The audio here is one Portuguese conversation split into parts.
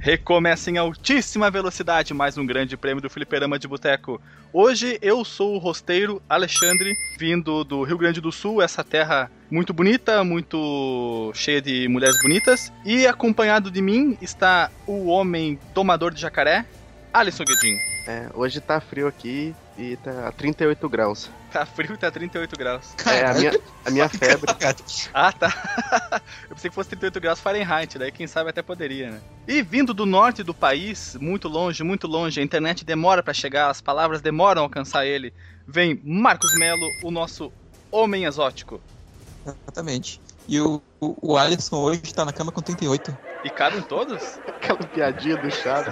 Recomeça em altíssima velocidade mais um grande prêmio do Fliperama de Boteco. Hoje eu sou o rosteiro Alexandre, vindo do Rio Grande do Sul, essa terra muito bonita, muito cheia de mulheres bonitas. E acompanhado de mim está o homem tomador de jacaré, Alisson Guedin. Hoje tá frio aqui e tá 38 graus. Tá frio e tá 38 graus. A minha febre. Ah, tá. Eu pensei que fosse 38 graus Fahrenheit, daí quem sabe até poderia, né? E vindo do norte do país, muito longe, a internet demora pra chegar, as palavras demoram a alcançar ele, vem Marcos Melo, o nosso homem exótico. Exatamente. E o Alisson hoje tá na cama com 38. E cabem todos? Aquela piadinha do Chaves.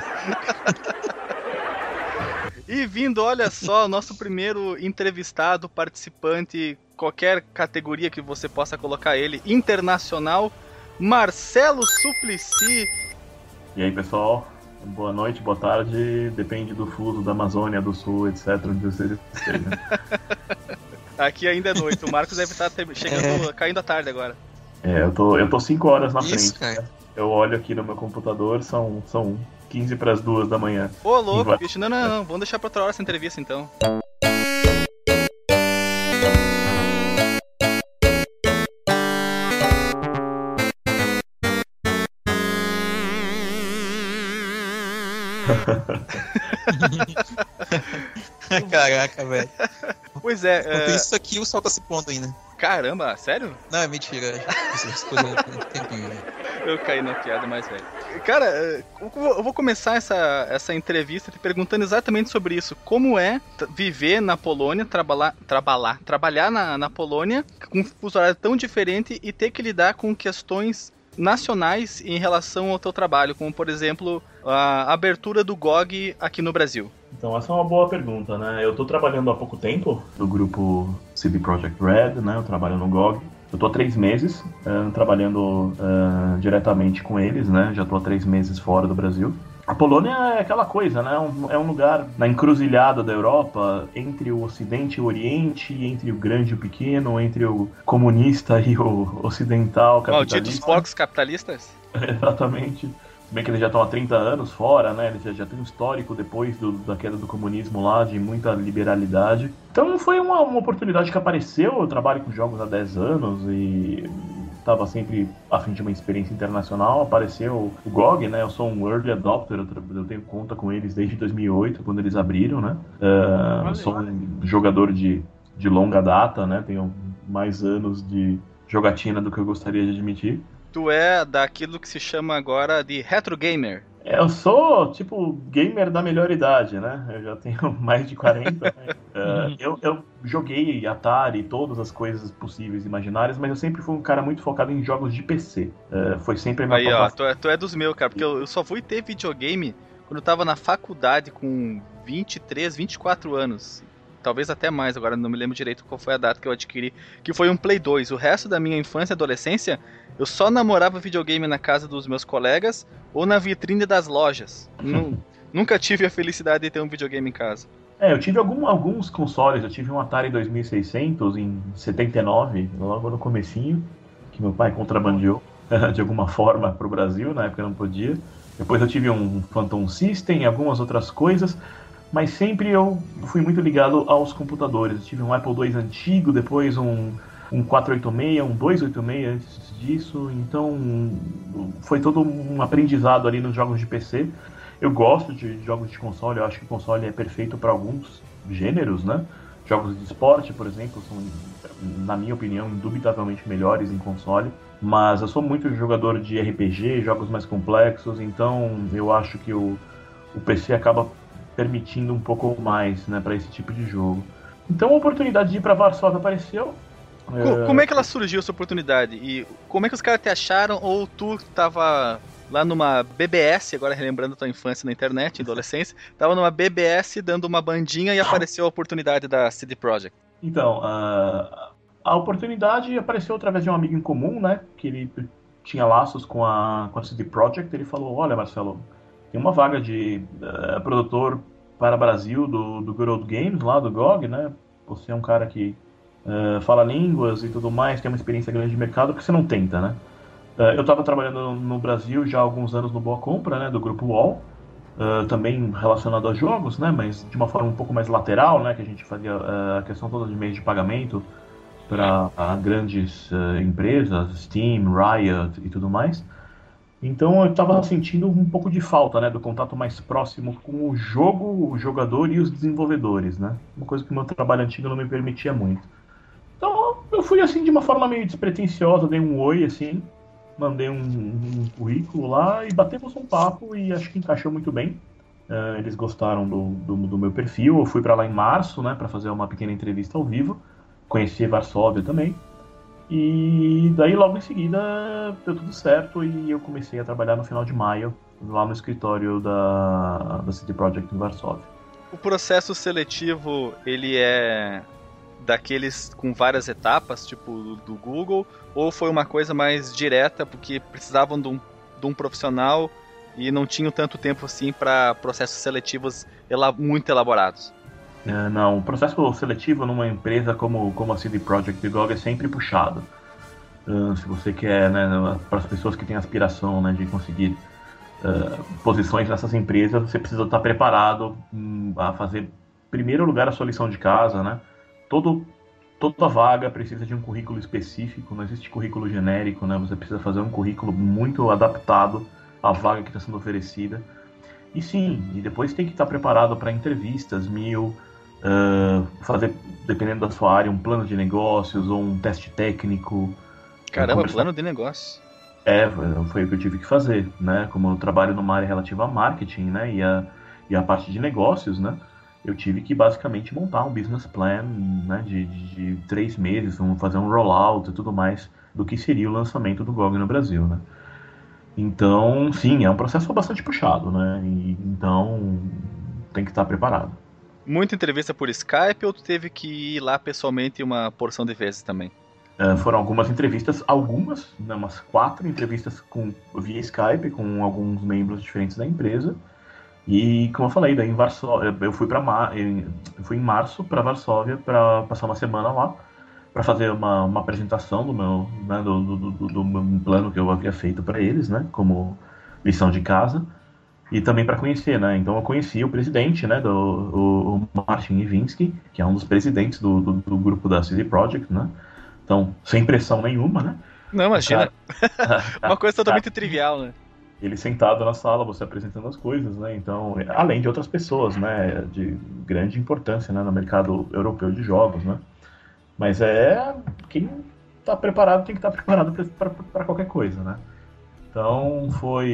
E vindo, olha só, nosso primeiro entrevistado, participante, qualquer categoria que você possa colocar ele, internacional, Marcelo Suplicy. E aí, pessoal, boa noite, boa tarde, depende do fuso da Amazônia, do Sul, etc, onde você esteja. Aqui ainda é noite, o Marcos deve estar chegando, caindo à tarde agora. Eu tô 5 horas na Isso, frente. cara. Eu olho aqui no meu computador, são 15 para as 2 da manhã. Ô, louco, bicho, não, vamos deixar pra outra hora essa entrevista, então. Caraca, velho. Pois é, Enquanto isso aqui, o sol tá se pondo ainda. Caramba, sério? Não, é mentira. Essas coisas um tempinho, velho. Eu caí na piada mais velha. Cara, eu vou começar essa entrevista te perguntando exatamente sobre isso. Como é viver na Polônia, trabalhar na Polônia com um fuso horário tão diferente e ter que lidar com questões nacionais em relação ao teu trabalho, como por exemplo a abertura do GOG aqui no Brasil. Então, essa é uma boa pergunta, né? Eu tô trabalhando há pouco tempo no grupo CD Projekt Red, né? Eu trabalho no GOG. Eu tô há 3 meses trabalhando diretamente com eles, né? Já tô há 3 meses fora do Brasil. A Polônia é aquela coisa, né? É um lugar na encruzilhada da Europa, entre o Ocidente e o Oriente, entre o grande e o pequeno, entre o comunista e o ocidental capitalista. Malditos porcos capitalistas? Exatamente. Se bem que eles já estão há 30 anos fora, né? Eles já têm um histórico depois da queda do comunismo lá, de muita liberalidade. Então foi uma oportunidade que apareceu. Eu trabalho com jogos há 10 anos e estava sempre a fim de uma experiência internacional. Apareceu o GOG, né? Eu sou um early adopter, eu tenho conta com eles desde 2008, quando eles abriram, né? Sou um jogador de longa data, né? Tenho mais anos de jogatina do que eu gostaria de admitir. Tu é daquilo que se chama agora de retro gamer. Eu sou, tipo, gamer da melhor idade, né? Eu já tenho mais de 40. Eu joguei Atari, todas as coisas possíveis e imaginárias, mas eu sempre fui um cara muito focado em jogos de PC. Foi sempre a minha Aí, ó, tu é dos meus, cara, porque eu só fui ter videogame quando eu tava na faculdade com 23, 24 anos. Talvez até mais, agora não me lembro direito qual foi a data que eu adquiri, que foi um Play 2. O resto da minha infância e adolescência, eu só namorava videogame na casa dos meus colegas ou na vitrine das lojas. Nunca tive a felicidade de ter um videogame em casa. Eu tive alguns consoles. Eu tive um Atari 2600 em 79, logo no comecinho, que meu pai contrabandeou de alguma forma pro Brasil, na época eu não podia. Depois eu tive um Phantom System e algumas outras coisas. Mas sempre eu fui muito ligado aos computadores. Eu tive um Apple II antigo, depois um 486, um 286 antes disso. Então foi todo um aprendizado ali nos jogos de PC. Eu gosto de jogos de console, eu acho que o console é perfeito para alguns gêneros, né? Jogos de esporte, por exemplo, são, na minha opinião, indubitavelmente melhores em console. Mas eu sou muito jogador de RPG, jogos mais complexos, então eu acho que o PC acaba permitindo um pouco mais, né, para esse tipo de jogo. Então a oportunidade de ir para Varsóvia apareceu. Como é que ela surgiu, essa oportunidade? E como é que os caras te acharam? Ou tu tava lá numa BBS, agora relembrando tua infância na internet, adolescência, tava numa BBS dando uma bandinha e apareceu a oportunidade da CD Projekt? Então, a oportunidade apareceu através de um amigo em comum, né, que ele tinha laços com a CD Projekt. Ele falou: olha, Marcelo, tem uma vaga de produtor para Brasil do Good Old Games, lá do GOG, né? Você é um cara que fala línguas e tudo mais, tem uma experiência grande de mercado, porque você não tenta, né? Eu estava trabalhando no Brasil já há alguns anos no Boa Compra, né, do Grupo UOL, também relacionado a jogos, né, mas de uma forma um pouco mais lateral, né, que a gente fazia a questão toda de meios de pagamento para grandes empresas, Steam, Riot e tudo mais. Então eu estava sentindo um pouco de falta, né, do contato mais próximo com o jogo, o jogador e os desenvolvedores, né, uma coisa que o meu trabalho antigo não me permitia muito. Então eu fui assim de uma forma meio despretensiosa, dei um oi assim, mandei um currículo lá e batemos um papo e acho que encaixou muito bem. Eles gostaram do meu perfil. Eu fui para lá em março, né, para fazer uma pequena entrevista ao vivo. Conheci Varsóvia também. E daí logo em seguida deu tudo certo e eu comecei a trabalhar no final de maio lá no escritório da CD Projekt em Varsóvia. O processo seletivo, ele é daqueles com várias etapas, tipo do Google, ou foi uma coisa mais direta porque precisavam de um profissional e não tinham tanto tempo assim para processos seletivos muito elaborados? Não, o processo seletivo numa empresa como a CD Projekt GOG é sempre puxado. Se você quer, né, para as pessoas que têm aspiração, né, de conseguir posições nessas empresas, você precisa estar preparado a fazer, em primeiro lugar, a sua lição de casa, né? Toda vaga precisa de um currículo específico, não existe currículo genérico, né? Você precisa fazer um currículo muito adaptado à vaga que está sendo oferecida. E sim, e depois tem que estar preparado para entrevistas, fazer, dependendo da sua área, um plano de negócios ou um teste técnico. Caramba, plano de negócio. Foi o que eu tive que fazer, né? Como eu trabalho numa área relativa a marketing, né? E a parte de negócios, né? Eu tive que basicamente montar um business plan, né? De 3 meses, fazer um rollout e tudo mais do que seria o lançamento do GOG no Brasil, né? Então, sim, é um processo bastante puxado, né? Então, tem que estar preparado. Muita entrevista por Skype ou tu teve que ir lá pessoalmente uma porção de vezes também? Foram algumas entrevistas, né, umas 4 entrevistas via Skype com alguns membros diferentes da empresa. E, como eu falei, daí eu fui em março para Varsóvia para passar uma semana lá, para fazer uma apresentação do meu, né, do meu plano que eu havia feito para eles, né, como lição de casa. E também para conhecer, né? Então eu conheci o presidente, né? O Martin Iwinski, que é um dos presidentes do grupo da CD Projekt, né? Então, sem pressão nenhuma, né? Não, imagina. Uma coisa totalmente trivial, né? Ele sentado na sala, você apresentando as coisas, né? Então, além de outras pessoas, né? De grande importância, né? No mercado europeu de jogos, né? Mas quem está preparado tem que estar preparado para qualquer coisa, né? Então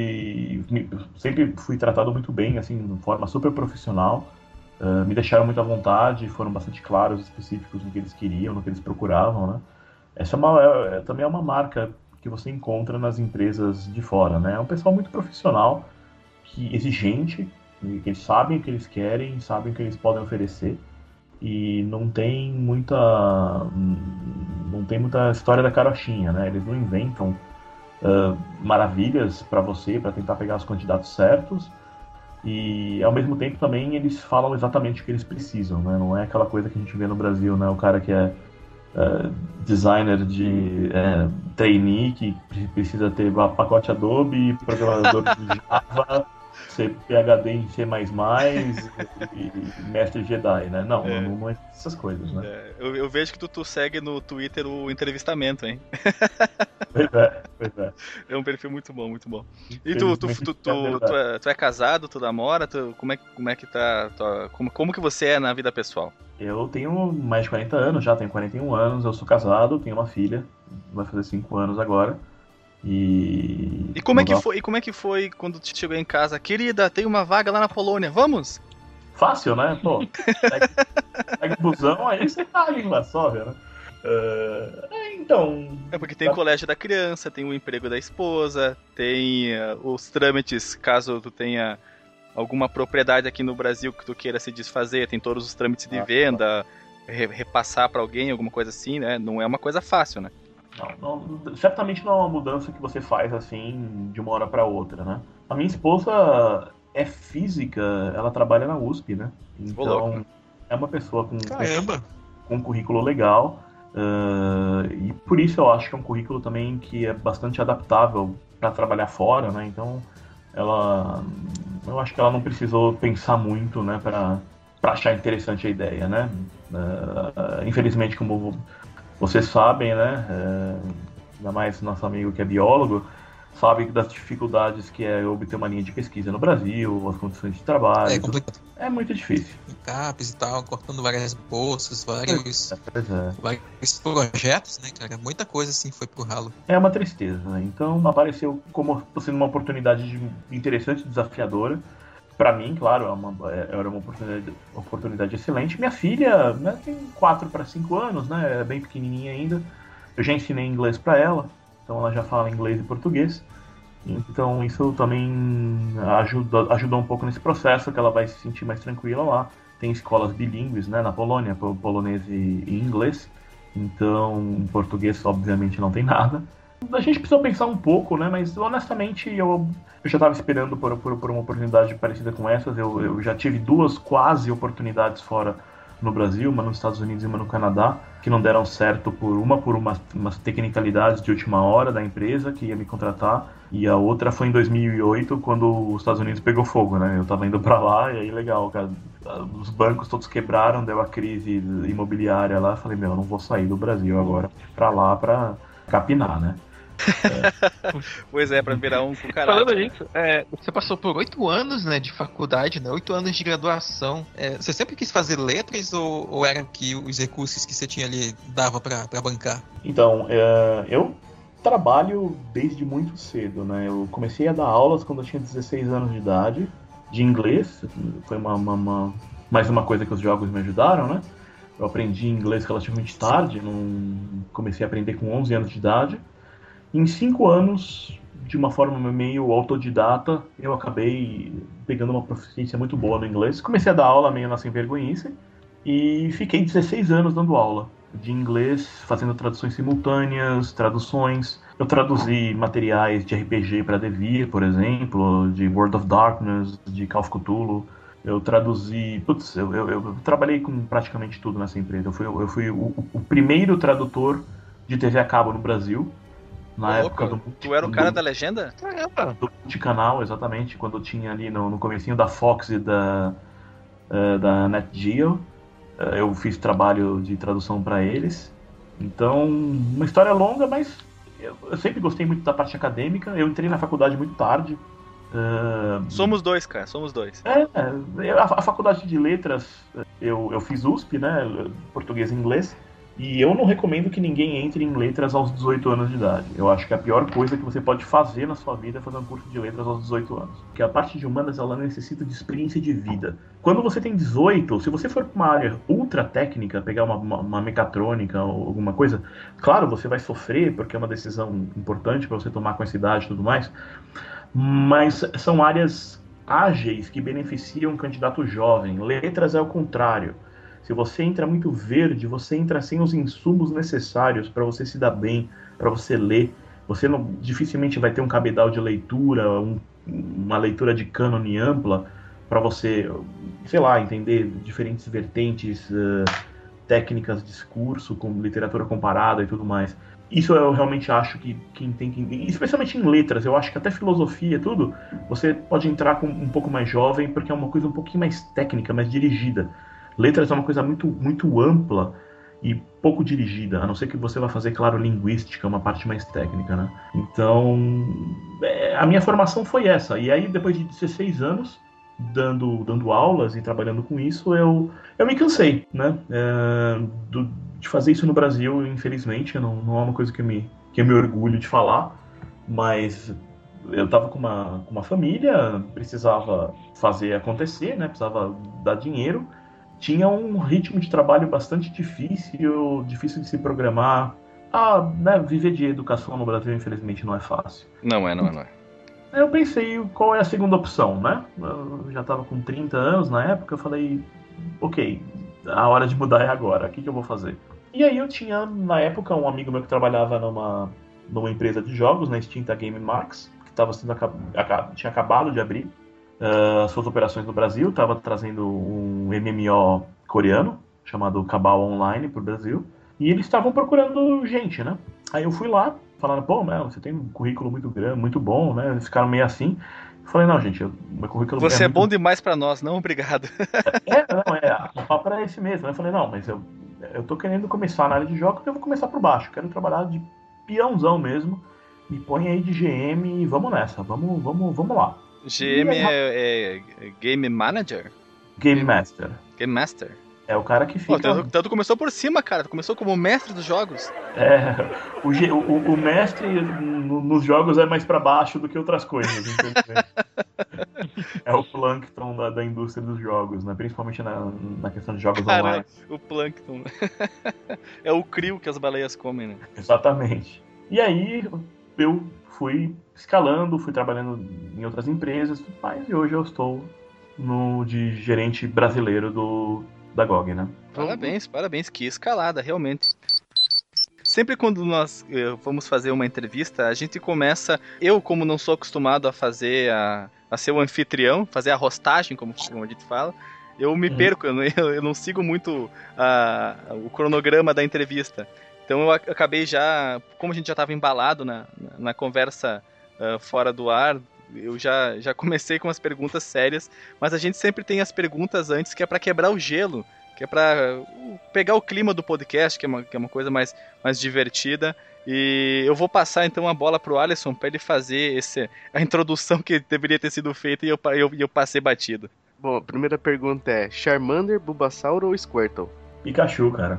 sempre fui tratado muito bem, assim, de forma super profissional. Me deixaram muito à vontade, foram bastante claros e específicos no que eles queriam, no que eles procuravam, né? Essa também é uma marca que você encontra nas empresas de fora, né? É um pessoal muito profissional, exigente, que eles sabem o que eles querem, sabem o que eles podem oferecer e não tem muita história da carochinha, né? Eles não inventam maravilhas para você, para tentar pegar os candidatos certos, e ao mesmo tempo também eles falam exatamente o que eles precisam, né? Não é aquela coisa que a gente vê no Brasil, né? O cara que é designer de trainee, que precisa ter pacote Adobe, programador de Java, ser PhD em C++ e mestre Jedi, né? Não é essas coisas, né? Eu vejo que tu segue no Twitter o entrevistamento, hein? Pois é. É um perfil muito bom, muito bom. E tu é casado, tu namora? Como é que tá? Como que você é na vida pessoal? Eu tenho mais de 40 anos, já tenho 41 anos, eu sou casado, tenho uma filha, vai fazer 5 anos agora. E como é que foi quando tu chegou em casa? Querida, tem uma vaga lá na Polônia, vamos? Fácil, né? Pô, pega o busão, aí você tá ali em Varsóvia, né? Então... É porque tem o colégio da criança, tem o emprego da esposa, tem os trâmites, caso tu tenha alguma propriedade aqui no Brasil que tu queira se desfazer, tem todos os trâmites de venda, repassar pra alguém, alguma coisa assim, né? Não é uma coisa fácil, né? Não, certamente não é uma mudança que você faz assim de uma hora para outra, né? A minha esposa é física, ela trabalha na USP, né? Então é uma pessoa com um currículo legal E por isso eu acho que é um currículo também que é bastante adaptável para trabalhar fora, né? Então eu acho que ela não precisou pensar muito, né, para achar interessante a ideia, né? Infelizmente, como vocês sabem, né, ainda mais nosso amigo que é biólogo, sabe das dificuldades que é obter uma linha de pesquisa no Brasil, as condições de trabalho. É complicado. É muito difícil. Capes e tal, cortando várias bolsas, vários projetos, né, cara? Muita coisa assim foi pro ralo. É uma tristeza, né? Então apareceu como sendo uma oportunidade interessante, desafiadora. Para mim, claro, era uma oportunidade excelente. Minha filha, né, tem 4 para 5 anos, né? É bem pequenininha ainda. Eu já ensinei inglês para ela, então ela já fala inglês e português. Então isso também ajuda um pouco nesse processo, que ela vai se sentir mais tranquila lá. Tem escolas bilíngues, né, na Polônia, polonês e inglês. Então, em português, obviamente, não tem nada. A gente precisa pensar um pouco, né, mas honestamente eu já estava esperando por uma oportunidade parecida com essas. Eu já tive 2 quase oportunidades fora no Brasil, uma nos Estados Unidos e uma no Canadá, que não deram certo por umas tecnicalidades de última hora da empresa que ia me contratar, e a outra foi em 2008, quando os Estados Unidos pegou fogo, né? Eu tava indo para lá e aí legal, cara, os bancos todos quebraram, deu a crise imobiliária lá, falei, eu não vou sair do Brasil agora para lá para capinar, né? Pois é, pra virar um cucaracha. Falando nisso, você passou por 8 anos, né, de faculdade, né, 8 anos de graduação. Você sempre quis fazer letras ou era que os recursos que você tinha ali dava pra bancar? Então, eu trabalho desde muito cedo, né? Eu comecei a dar aulas quando eu tinha 16 anos de idade, de inglês. Foi mais uma coisa que os jogos me ajudaram, né? Eu aprendi inglês relativamente tarde, comecei a aprender com 11 anos de idade. Em 5 anos, de uma forma meio autodidata, eu acabei pegando uma proficiência muito boa no inglês. Comecei a dar aula meio na sem vergonhice e fiquei 16 anos dando aula de inglês, fazendo traduções simultâneas, traduções. Eu traduzi materiais de RPG para Devir, por exemplo, de World of Darkness, de Call of Cthulhu. Eu traduzi... eu trabalhei com praticamente tudo nessa empresa. Eu fui o primeiro tradutor de TV a cabo no Brasil. Na época do Tu era o cara da legenda? Caramba! Do multicanal, exatamente, quando tinha ali no comecinho da Fox e da Net Geo. Eu fiz trabalho de tradução para eles. Então, uma história longa, mas eu sempre gostei muito da parte acadêmica. Eu entrei na faculdade muito tarde. Somos dois, cara, somos dois. A faculdade de letras, eu fiz USP, né, português e inglês. E eu não recomendo que ninguém entre em letras aos 18 anos de idade. Eu acho que a pior coisa que você pode fazer na sua vida é fazer um curso de letras aos 18 anos. Porque a parte de humanas, ela necessita de experiência de vida. Quando você tem 18, se você for para uma área ultra técnica, pegar uma mecatrônica ou alguma coisa, claro, você vai sofrer, porque é uma decisão importante para você tomar com essa idade e tudo mais, mas são áreas ágeis que beneficiam um candidato jovem. Letras é o contrário. Se você entra muito verde, você entra sem os insumos necessários para você se dar bem, para você ler. Você dificilmente vai ter um cabedal de leitura, uma leitura de cânone ampla, para você, sei lá, entender diferentes vertentes, técnicas de discurso, com literatura comparada e tudo mais. Isso eu realmente acho que quem tem que... Especialmente em letras, eu acho que até filosofia e tudo, você pode entrar com um pouco mais jovem, porque é uma coisa um pouquinho mais técnica, mais dirigida. Letras é uma coisa muito, muito ampla e pouco dirigida, a não ser que você vá fazer, claro, linguística, uma parte mais técnica, né? Então, a minha formação foi essa. E aí, depois de 16 anos, dando aulas e trabalhando com isso, eu me cansei, né? De fazer isso no Brasil, infelizmente, não é uma coisa que eu me orgulho de falar, mas eu estava com uma família, precisava fazer acontecer, né? Precisava dar dinheiro. Tinha um ritmo de trabalho bastante difícil de se programar. Né, viver de educação no Brasil, infelizmente, não é fácil. Não é. Eu pensei, qual é a segunda opção, né? Eu já estava com 30 anos na época, eu falei, ok, a hora de mudar é agora, o que eu vou fazer? E aí eu tinha, na época, um amigo meu que trabalhava numa empresa de jogos, na extinta Game Max, que tinha acabado de abrir suas operações no Brasil, estava trazendo um MMO coreano, chamado Cabal Online, para o Brasil. E eles estavam procurando gente, né? Aí eu fui lá, falando, pô, você tem um currículo muito grande, muito bom, né? Eles ficaram meio assim. Eu falei, não, gente, meu currículo Você é muito bom demais pra nós, não, obrigado. O papo era esse mesmo. Eu falei, não, mas eu tô querendo começar na área de jogos, eu vou começar por baixo. Quero trabalhar de peãozão mesmo. Me põe aí de GM e vamos nessa, vamos lá. GM é Game Manager? Game Master. Game Master. É o cara que fica... Então tu começou por cima, cara. Tu começou como mestre dos jogos. O mestre nos jogos é mais pra baixo do que outras coisas, infelizmente. É o Plankton da indústria dos jogos, né? Principalmente na questão de jogos online. O Plankton. É o crio que as baleias comem, né? Exatamente. E aí eu fui escalando, fui trabalhando em outras empresas, tudo mais, e hoje eu estou de gerente brasileiro da GOG, né? Parabéns, que escalada, realmente. Sempre quando nós vamos fazer uma entrevista, a gente começa... Eu, como não sou acostumado a fazer a ser o anfitrião, fazer a hostagem, como a gente fala, eu me perco, eu não sigo muito o cronograma da entrevista. Então eu acabei já... Como a gente já estava embalado na conversa fora do ar, eu já comecei com as perguntas sérias, mas a gente sempre tem as perguntas antes, que é para quebrar o gelo, que é para pegar o clima do podcast, que é uma coisa mais divertida. E eu vou passar então a bola pro Alisson para ele fazer a introdução que deveria ter sido feita e eu passei batido. Bom, a primeira pergunta é: Charmander, Bulbasaur ou Squirtle? Pikachu, cara.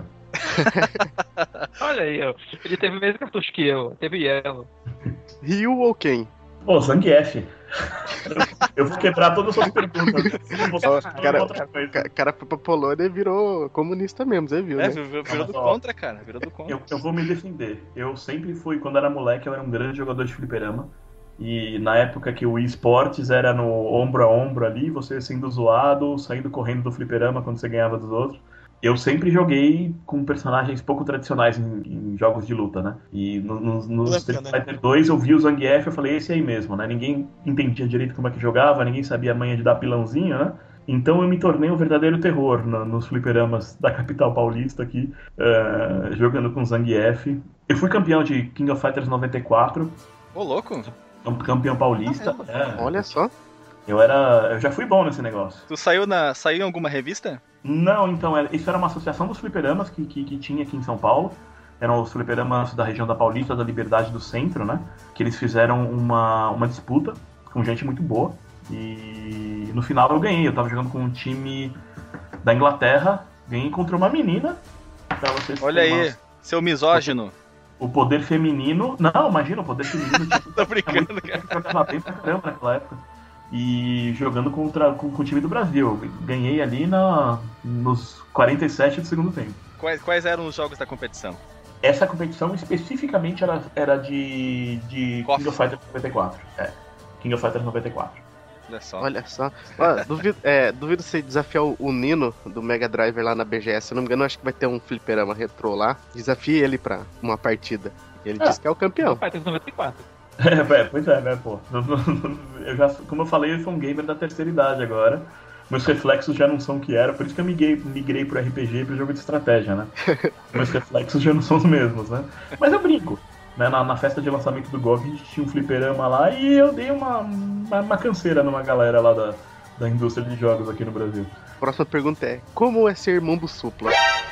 Olha aí, ó. Ele teve o mesmo cartucho que eu, teve Yellow. Ryu ou quem? Pô, Zangief. Eu vou quebrar todas as suas perguntas. O cara foi pra Polônia e virou comunista mesmo, você viu, né? Virou do contra, cara. Virou do contra. Eu vou me defender. Eu sempre fui, quando era moleque, eu era um grande jogador de fliperama. E na época que o eSports era no ombro a ombro ali, você sendo zoado, saindo correndo do fliperama quando você ganhava dos outros. Eu sempre joguei com personagens pouco tradicionais em jogos de luta, né? E no Street Fighter 2 eu vi o Zangief e eu falei, esse aí mesmo, né? Ninguém entendia direito como é que jogava, ninguém sabia a manha de dar pilãozinho, né? Então eu me tornei um verdadeiro terror nos fliperamas da capital paulista aqui, jogando com o Zangief. Eu fui campeão de King of Fighters 94. Ô, louco! Campeão paulista. Olha só. Eu já fui bom nesse negócio. Tu saiu em alguma revista? Não, então, isso era uma associação dos fliperamas que tinha aqui em São Paulo. Eram os fliperamas da região da Paulista, da Liberdade, do Centro, né? Que eles fizeram uma disputa com gente muito boa. E no final eu ganhei. Eu tava jogando com um time da Inglaterra. Ganhei contra uma menina. Olha aí, seu misógino. O poder feminino... Não, imagina, o poder feminino... Tô brincando, cara. Eu jogava bem pra caramba naquela época. E jogando com o time do Brasil. Ganhei ali nos 47 do segundo tempo. Quais eram os jogos da competição? Essa competição especificamente era de King of Fighters 94. King of Fighters 94. Olha só. Duvido você desafiar o Nino do Mega Driver lá na BGS. Se eu não me engano, acho que vai ter um fliperama retrô lá. Desafie ele pra uma partida. Ele disse que é o campeão. Fighters 94. Pois é, né, pô. Como eu falei, eu sou um gamer da terceira idade agora. Meus reflexos já não são o que eram, por isso que eu migrei pro RPG e pro jogo de estratégia, né? Meus reflexos já não são os mesmos, né? Mas eu brinco. Né? Na festa de lançamento do GOG, a gente tinha um fliperama lá e eu dei uma canseira numa galera lá da indústria de jogos aqui no Brasil. Próxima pergunta é: como é ser irmão do Supla?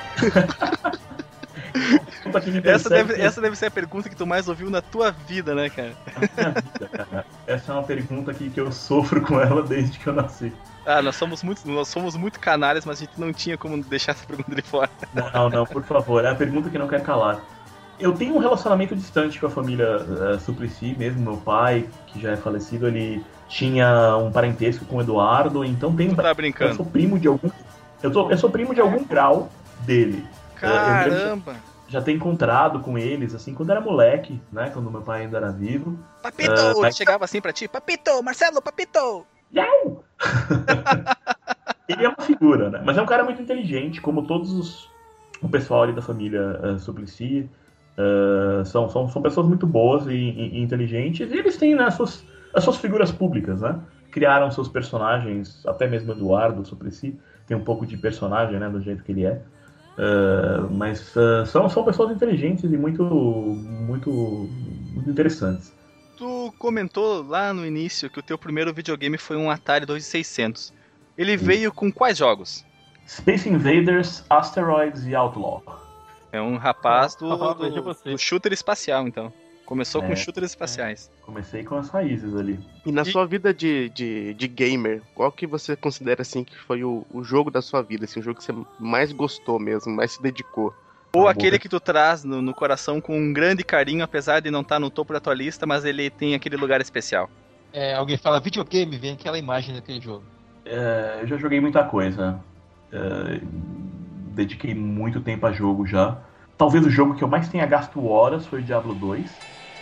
Essa deve ser a pergunta que tu mais ouviu na tua vida, né, cara? Essa é uma pergunta que eu sofro com ela desde que eu nasci. Nós somos muito canalhas, mas a gente não tinha como deixar essa pergunta de fora. Não, por favor. É a pergunta que não quer calar. Eu tenho um relacionamento distante com a família Suplicy, mesmo meu pai, que já é falecido, ele tinha um parentesco com o Eduardo, então tem... Tu tá brincando? Eu sou primo de algum... Eu sou primo de algum grau dele. Caramba! Já ter encontrado com eles, assim, quando era moleque, né? Quando meu pai ainda era vivo. Papito! Ele chegava assim pra ti, Papito! Marcelo, Papito! Não! Ele é uma figura, né? Mas é um cara muito inteligente, como o pessoal ali da família Suplicy. São pessoas muito boas e inteligentes, e eles têm, né, as suas figuras públicas, né? Criaram seus personagens, até mesmo Eduardo Suplicy tem um pouco de personagem, né, do jeito que ele é. Mas são pessoas inteligentes e muito interessantes. Tu comentou lá no início que o teu primeiro videogame foi um Atari 2600. Ele veio com quais jogos? Space Invaders, Asteroids e Outlaw. É um rapaz Veja você. do shooter espacial, então. Começou com shooters espaciais. Comecei com as raízes ali. E na sua vida de gamer, qual que você considera assim que foi o jogo da sua vida, assim, o jogo que você mais gostou mesmo, mais se dedicou? Ou aquele que tu traz no coração com um grande carinho, apesar de não estar no topo da tua lista, mas ele tem aquele lugar especial. Alguém fala videogame, vem aquela imagem daquele jogo. Eu já joguei muita coisa. Dediquei muito tempo a jogo já. Talvez o jogo que eu mais tenha gasto horas foi o Diablo 2.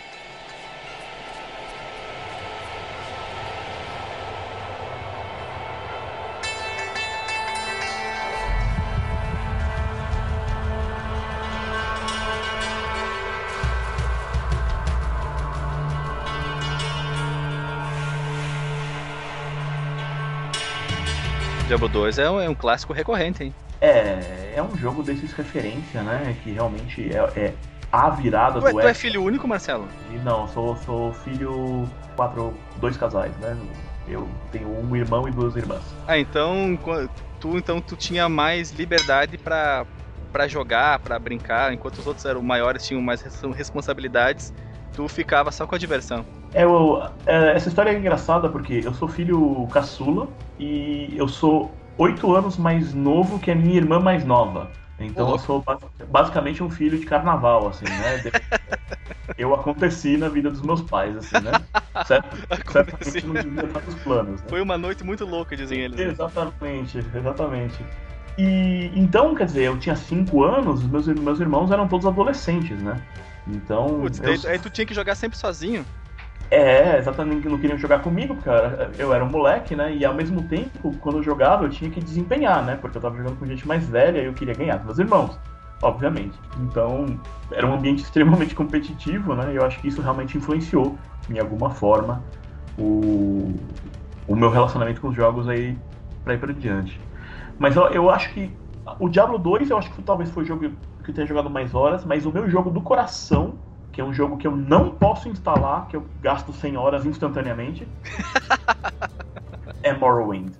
Diablo 2 é um clássico recorrente, hein? É um jogo desses referência, né? Que realmente é a virada do Tu é filho único, Marcelo? E não, sou filho 2 casais, né? Eu tenho um irmão e 2 irmãs. Então tu tinha mais liberdade pra jogar, pra brincar, enquanto os outros eram maiores, tinham mais responsabilidades, tu ficava só com a diversão. Essa história é engraçada porque eu sou filho caçula e eu sou 8 anos mais novo que a minha irmã mais nova. Então eu sou basicamente um filho de carnaval, assim, né? Eu aconteci na vida dos meus pais, assim, né? Certamente não devia estar nos planos, né? Foi uma noite muito louca, dizem eles. Né? Exatamente. E então, quer dizer, eu tinha 5 anos, meus irmãos eram todos adolescentes, né? Então. Putz, aí tu tinha que jogar sempre sozinho? Exatamente, não queriam jogar comigo, cara. Eu era um moleque, né? E ao mesmo tempo, quando eu jogava, eu tinha que desempenhar, né? Porque eu tava jogando com gente mais velha e eu queria ganhar dos meus irmãos, obviamente. Então, era um ambiente extremamente competitivo, né? E eu acho que isso realmente influenciou, em alguma forma, o meu relacionamento com os jogos aí pra ir pra diante. Mas eu acho que o Diablo 2, eu acho que talvez foi o jogo que eu tenha jogado mais horas, mas o meu jogo do coração, que é um jogo que eu não posso instalar, que eu gasto 100 horas instantaneamente, é Morrowind.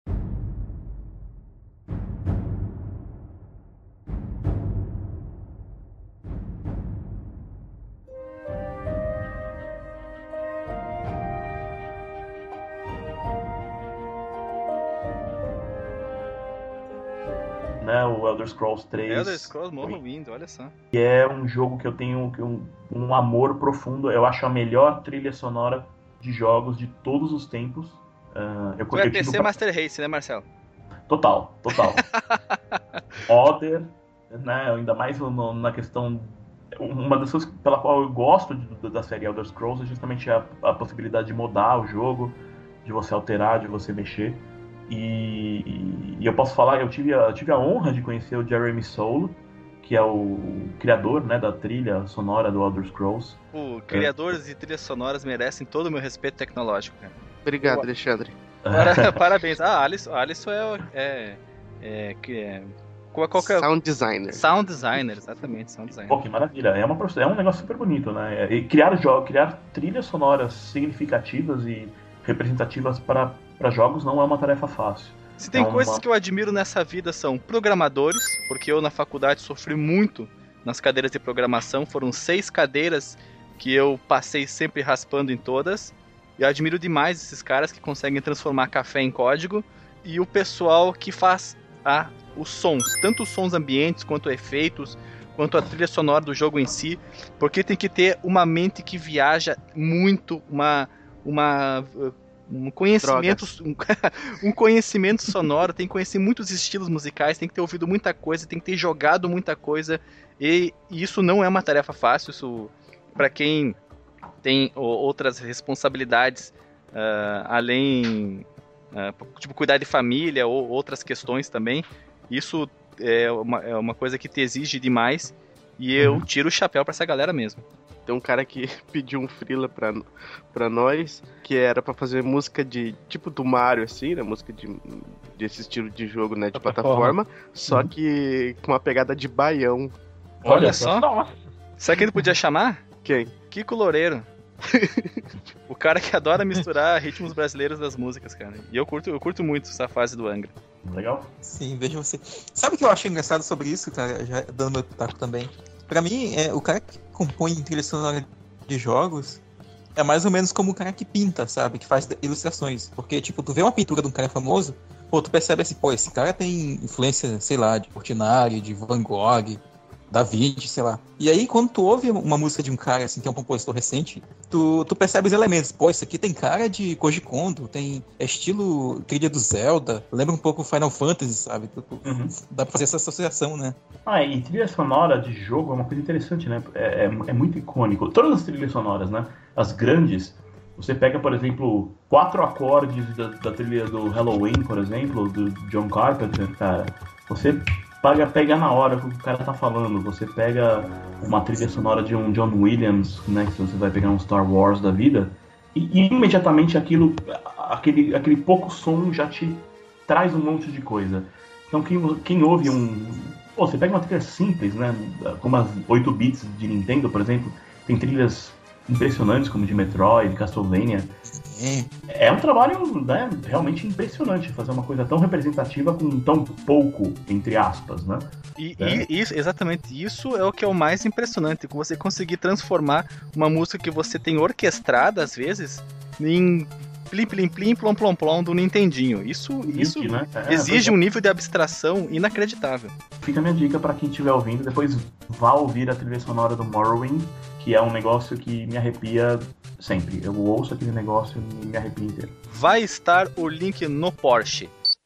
Né, o Elder Scrolls 3. Elder Scrolls Morrowind, olha só. E é um jogo que eu tenho um amor profundo. Eu acho a melhor trilha sonora de jogos de todos os tempos. Tu é PC Master Race, né, Marcelo? Total. Other, né, ainda mais na questão... Uma das coisas pela qual eu gosto da série Elder Scrolls é justamente a possibilidade de modar o jogo, de você alterar, de você mexer. E eu posso falar, eu tive a honra de conhecer o Jeremy Soule, que é o criador, né, da trilha sonora do Elder Scrolls. Criadores de trilhas sonoras merecem todo o meu respeito tecnológico, cara. Obrigado, Alexandre. Parabéns. Alisson Sound designer. Sound designer, exatamente, sound designer. Pô, que maravilha. É um negócio super bonito, né? E criar trilhas sonoras significativas e representativas para jogos não é uma tarefa fácil. Se tem coisas que eu admiro nessa vida são programadores, porque eu na faculdade sofri muito nas cadeiras de programação, foram 6 cadeiras que eu passei sempre raspando em todas. Eu admiro demais esses caras que conseguem transformar café em código, e o pessoal que faz os sons, tanto os sons ambientes quanto efeitos, quanto a trilha sonora do jogo em si, porque tem que ter uma mente que viaja muito, um conhecimento sonoro, tem que conhecer muitos estilos musicais, tem que ter ouvido muita coisa, tem que ter jogado muita coisa, e isso não é uma tarefa fácil. Isso, para quem tem outras responsabilidades, além, tipo, cuidar de família ou outras questões também, isso é uma coisa que te exige demais. E eu tiro o chapéu pra essa galera mesmo. Tem um cara que pediu um freela pra nós, que era pra fazer música de tipo do Mario, assim, né? Música desse estilo de jogo, né? De plataforma. Só que com uma pegada de baião. Olha só. Nossa. Sabe quem ele podia chamar? Quem? Kiko Loureiro. O cara que adora misturar ritmos brasileiros das músicas, cara. E eu curto muito essa fase do Angra. Legal. Sim, veja você. Sabe o que eu acho engraçado sobre isso, cara? Já dando meu pitaco também. Pra mim, o cara que compõe trilha sonora de jogos é mais ou menos como o cara que pinta, sabe? Que faz ilustrações. Porque, tipo, tu vê uma pintura de um cara famoso, pô, tu percebe assim, pô, esse cara tem influência, sei lá, de Portinari, de Van Gogh, Da Vinci, sei lá. E aí, quando tu ouve uma música de um cara, assim, que é um compositor recente, tu percebe os elementos. Pô, isso aqui tem cara de Koji Kondo, tem estilo trilha do Zelda, lembra um pouco Final Fantasy, sabe? Dá pra fazer essa associação, né? E trilha sonora de jogo é uma coisa interessante, né? É muito icônico. Todas as trilhas sonoras, né? As grandes, você pega, por exemplo, 4 acordes da trilha do Halloween, por exemplo, do John Carpenter, cara. Você pega na hora que o cara tá falando. Você pega uma trilha sonora de um John Williams, né? Que você vai pegar um Star Wars da vida, e imediatamente aquele pouco som já te traz um monte de coisa. Então quem ouve você pega uma trilha simples, né? Como as 8 bits de Nintendo, por exemplo, tem trilhas impressionantes como de Metroid, Castlevania. É um trabalho, né, realmente impressionante fazer uma coisa tão representativa com tão pouco, entre aspas, né? E exatamente isso é o que é o mais impressionante, com você conseguir transformar uma música que você tem orquestrada, às vezes, em plim plim plim plom plom plom do Nintendinho. Isso né? exige um nível de abstração inacreditável. Fica a minha dica pra quem estiver ouvindo, depois vá ouvir a trilha sonora do Morrowind, que é um negócio que me arrepia sempre. Eu ouço aquele negócio e me arrepio inteiro. Vai estar o link no Porsche.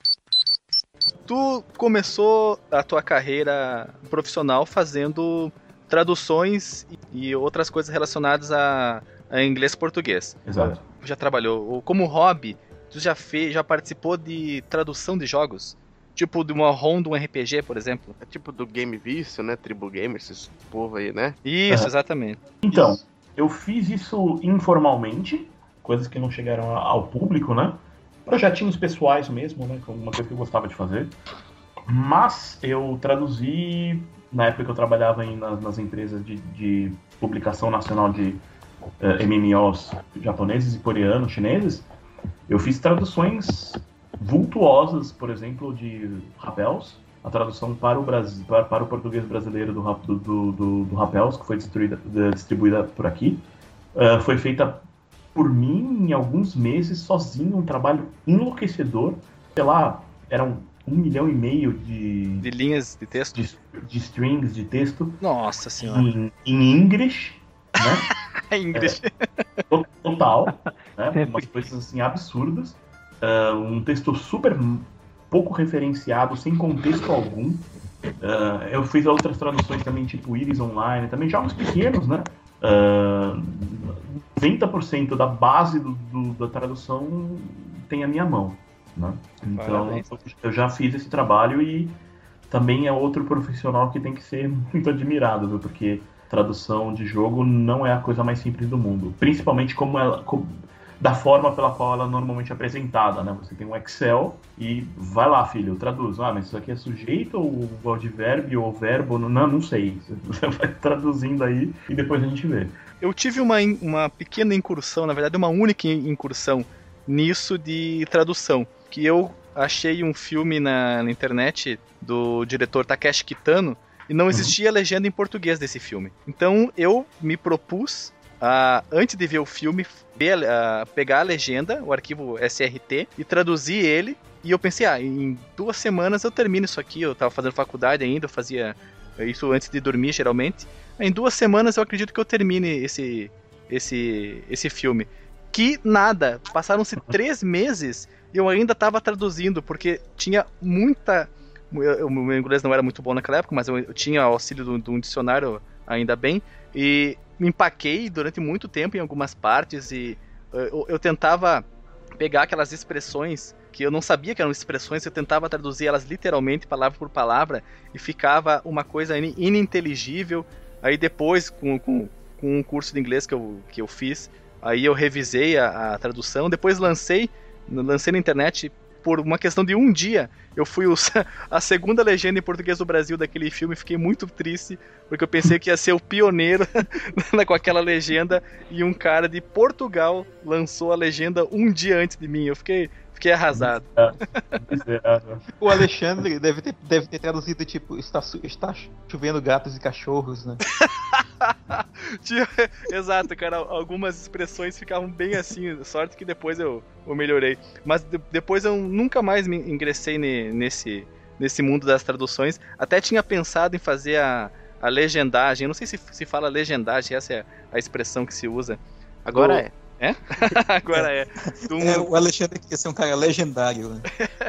Tu começou a tua carreira profissional fazendo traduções e outras coisas relacionadas a inglês e português. Exato. Já trabalhou. Como hobby, tu já participou de tradução de jogos? Tipo de uma ROM de um RPG, por exemplo? É tipo do Game Vício, né? Tribu Gamer, esses povo aí, né? Isso, exatamente. Então, eu fiz isso informalmente, coisas que não chegaram ao público, né? Projetinhos pessoais mesmo, né? Uma coisa que eu gostava de fazer. Mas eu traduzi, na época que eu trabalhava nas empresas de publicação nacional de MMOs japoneses e coreanos, chineses, eu fiz traduções vultuosas, por exemplo, de Rapels, a tradução para o português brasileiro do Rapels, que foi distribuída por aqui. Foi feita por mim em alguns meses, sozinho, um trabalho enlouquecedor. Sei lá, eram 1,5 milhão de linhas de texto? De strings de texto. Nossa senhora. Em English, né? English. Total, né? Umas coisas assim absurdas. Um texto super pouco referenciado, sem contexto algum. Eu fiz outras traduções também, tipo Iris Online, também jogos pequenos, né? 90% da base da tradução tem a minha mão, né? Então, parabéns. Eu já fiz esse trabalho e também é outro profissional que tem que ser muito admirado, viu? Porque tradução de jogo não é a coisa mais simples do mundo, principalmente da forma pela qual ela é normalmente apresentada, né? Você tem um Excel e vai lá, filho, traduz. Mas isso aqui é sujeito ou advérbio ou verbo? Não sei. Você vai traduzindo aí e depois a gente vê. Eu tive uma pequena incursão, na verdade uma única incursão nisso de tradução, que eu achei um filme na internet do diretor Takeshi Kitano e não existia legenda em português desse filme. Então eu me propus antes de ver o filme, pegar a legenda, o arquivo SRT, e traduzir ele. E eu pensei, em 2 semanas eu termino isso aqui. Eu tava fazendo faculdade ainda, eu fazia isso antes de dormir, geralmente. Em 2 semanas eu acredito que eu termine esse filme. Que nada, passaram-se 3 meses e eu ainda tava traduzindo, porque tinha muita... O meu inglês não era muito bom naquela época, mas eu tinha auxílio de um dicionário, ainda bem, e me empaquei durante muito tempo em algumas partes e eu tentava pegar aquelas expressões que eu não sabia que eram expressões, eu tentava traduzir elas literalmente, palavra por palavra, e ficava uma coisa ininteligível. Aí depois, com um curso de inglês que eu fiz, aí eu revisei a tradução, depois lancei na internet por uma questão de um dia. Eu fui a segunda legenda em português do Brasil daquele filme e fiquei muito triste, porque eu pensei que ia ser o pioneiro com aquela legenda, e um cara de Portugal lançou a legenda um dia antes de mim. Eu fiquei arrasado. O Alexandre deve ter traduzido tipo, está chovendo gatos e cachorros, né? Exato, cara, algumas expressões ficavam bem assim, sorte que depois eu melhorei. Mas depois eu nunca mais me ingressei nesse mundo das traduções. Até tinha pensado em fazer a legendagem, não sei se fala legendagem, essa é a expressão que se usa. Agora é. É? Agora é. O Alexandre quer ser um cara legendário, né?